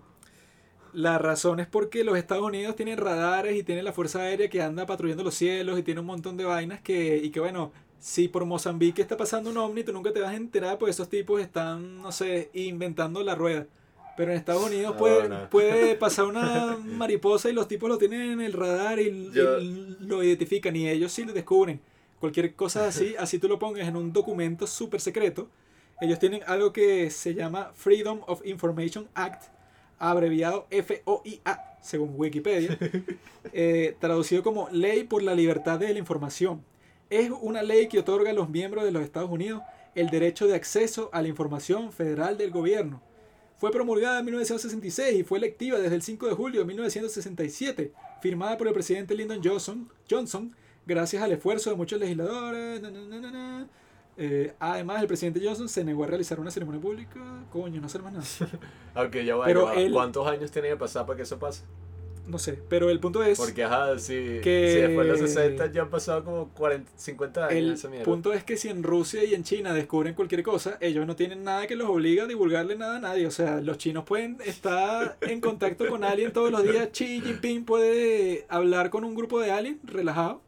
la razón es porque los Estados Unidos tienen radares y tienen la Fuerza Aérea que anda patrullando los cielos y tiene un montón de vainas que, y que bueno, si por Mozambique está pasando un ovni, tú nunca te vas a enterar, pues esos tipos están, no sé, inventando la rueda. Pero en Estados Unidos No, puede, no. puede pasar una mariposa y los tipos lo tienen en el radar y, Yo- y lo identifican y ellos sí lo descubren. Cualquier cosa así, así tú lo pongas en un documento súper secreto. Ellos tienen algo que se llama Freedom of Information Act, abreviado F O I A, según Wikipedia, eh, traducido como Ley por la Libertad de la Información. Es una ley que otorga a los miembros de los Estados Unidos el derecho de acceso a la información federal del gobierno. Fue promulgada en mil novecientos sesenta y seis y fue electiva desde el cinco de julio de mil novecientos sesenta y siete, firmada por el presidente Lyndon Johnson, Johnson gracias al esfuerzo de muchos legisladores. Na, na, na, na, na. Eh, además, el presidente Johnson se negó a realizar una ceremonia pública. Coño, no hacer más nada. Aunque ya va, Pero ya va. él- ¿Cuántos años tiene que pasar para que eso pase? No sé, pero el punto es... Porque, ajá, si, que- si después de los sesenta ya han pasado como cuarenta, cincuenta años El esa mierda. punto es que si en Rusia y en China descubren cualquier cosa, ellos no tienen nada que los obliga a divulgarle nada a nadie. O sea, los chinos pueden estar en contacto con alguien todos los días. Xi Jinping puede hablar con un grupo de aliens relajado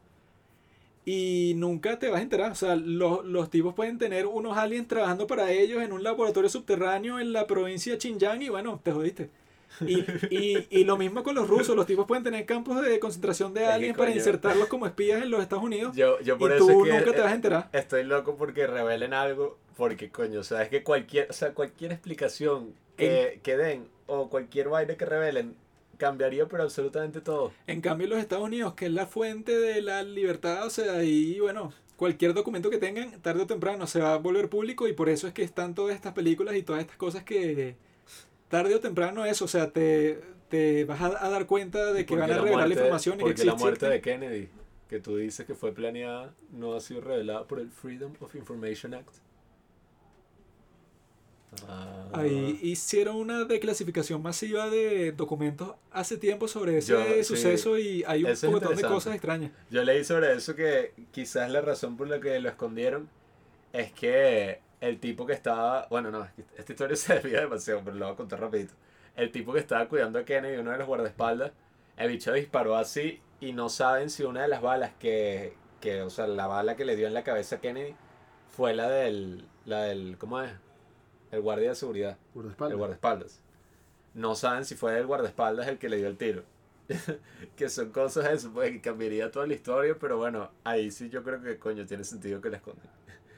y nunca te vas a enterar. O sea, los, los tipos pueden tener unos aliens trabajando para ellos en un laboratorio subterráneo en la provincia de Xinjiang y bueno, te jodiste. Y, y, y lo mismo con los rusos, los tipos pueden tener campos de concentración de Es que, aliens para coño. insertarlos como espías en los Estados Unidos. Yo, yo por Y eso tú es que nunca te vas a eh, enterar. estoy loco porque revelen algo, porque coño, o sea, es que cualquier, o sea, cualquier explicación que, que den o cualquier vaina que revelen cambiaría pero absolutamente todo. En cambio, los Estados Unidos, que es la fuente de la libertad, o sea, y bueno, cualquier documento que tengan, tarde o temprano se va a volver público y por eso es que están todas estas películas y todas estas cosas que tarde o temprano eso, o sea, te, te vas a, a dar cuenta de que ¿Por van qué a la revelar la muerte- información y que porque la existe. muerte de Kennedy, que tú dices que fue planeada, no ha sido revelada por el Freedom of Information Act? Ah, Ahí hicieron una declasificación masiva de documentos hace tiempo sobre ese Yo- sí, suceso y hay un eso es montón de interesante. cosas extrañas. Yo leí sobre eso que quizás la razón por la que lo escondieron es que el tipo que estaba, bueno, no, esta historia se desvía demasiado, pero lo voy a contar rapidito. El tipo que estaba cuidando a Kennedy, uno de los guardaespaldas, el bicho disparó así y no saben si una de las balas que, que, o sea, la bala que le dio en la cabeza a Kennedy fue la del, la del, ¿cómo es? El guardia de seguridad, Guardaespaldas. el guardaespaldas. No saben si fue el guardaespaldas el que le dio el tiro. Que son cosas eso, pues, que cambiaría toda la historia, pero bueno, ahí sí yo creo que coño tiene sentido que la escondan.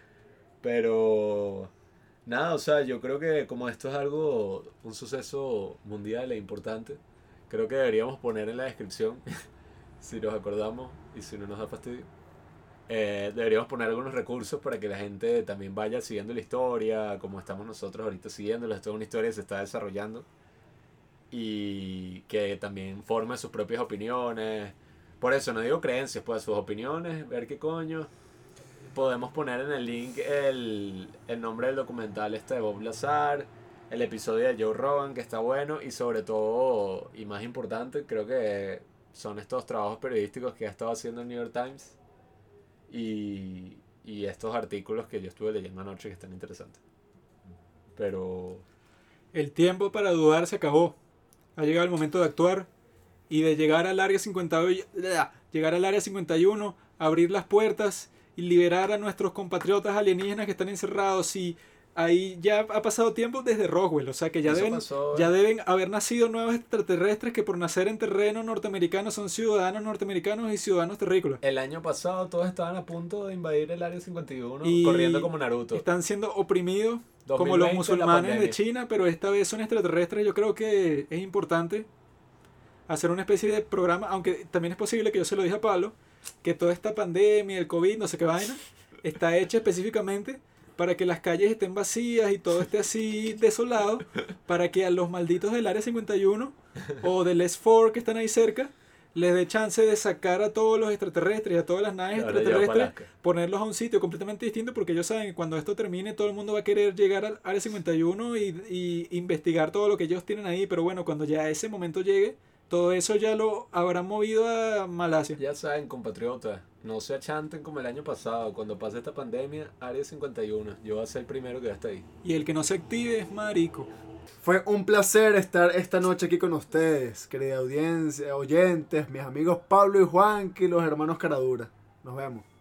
Pero nada, o sea, yo creo que como esto es algo, un suceso mundial e importante, creo que deberíamos poner en la descripción, si nos acordamos y si no nos da fastidio, eh, deberíamos poner algunos recursos para que la gente también vaya siguiendo la historia, como estamos nosotros ahorita siguiéndola. Esto es una historia que se está desarrollando y que también forme sus propias opiniones. Por eso no digo creencias, pues sus opiniones, ver qué coño. Podemos poner en el link el, el nombre del documental este de Bob Lazar, el episodio de Joe Rogan que está bueno y sobre todo, y más importante, creo que son estos trabajos periodísticos que ha estado haciendo el New York Times y, y estos artículos que yo estuve leyendo anoche que están interesantes. Pero El tiempo para dudar se acabó. Ha llegado el momento de actuar y de llegar al área cincuenta y uno, llegar al área cincuenta y uno, abrir las puertas y liberar a nuestros compatriotas alienígenas que están encerrados. Y ahí ya ha pasado tiempo desde Roswell, o sea que ya eso deben, pasó, ya deben haber nacido nuevos extraterrestres que por nacer en terreno norteamericano son ciudadanos norteamericanos y ciudadanos terrícolas. el año pasado todos estaban a punto de invadir el área cincuenta y uno Y corriendo como Naruto. Están siendo oprimidos como dos mil veinte, los la musulmanes de pandemia. China, pero esta vez son extraterrestres. Yo creo que es importante hacer una especie de programa, aunque también es posible que yo se lo dije a Pablo, que toda esta pandemia, el COVID, no sé qué vaina, está hecha específicamente para que las calles estén vacías y todo esté así desolado, para que a los malditos del área cincuenta y uno o del S cuatro que están ahí cerca les dé chance de sacar a todos los extraterrestres y a todas las naves Ahora ya extraterrestres, Alaska. ponerlos a un sitio completamente distinto, porque ellos saben que cuando esto termine todo el mundo va a querer llegar al área cincuenta y uno y, y investigar todo lo que ellos tienen ahí, pero bueno, cuando ya ese momento llegue, todo eso ya lo habrán movido a Malasia. Ya saben, compatriotas, no se achanten como el año pasado. Cuando pase esta pandemia, área cincuenta y uno. Yo voy a ser el primero que va a estar ahí. Y el que no se active es marico. Fue un placer estar esta noche aquí con ustedes, querida audiencia, oyentes, mis amigos Pablo y Juan, y los hermanos Caradura. Nos vemos.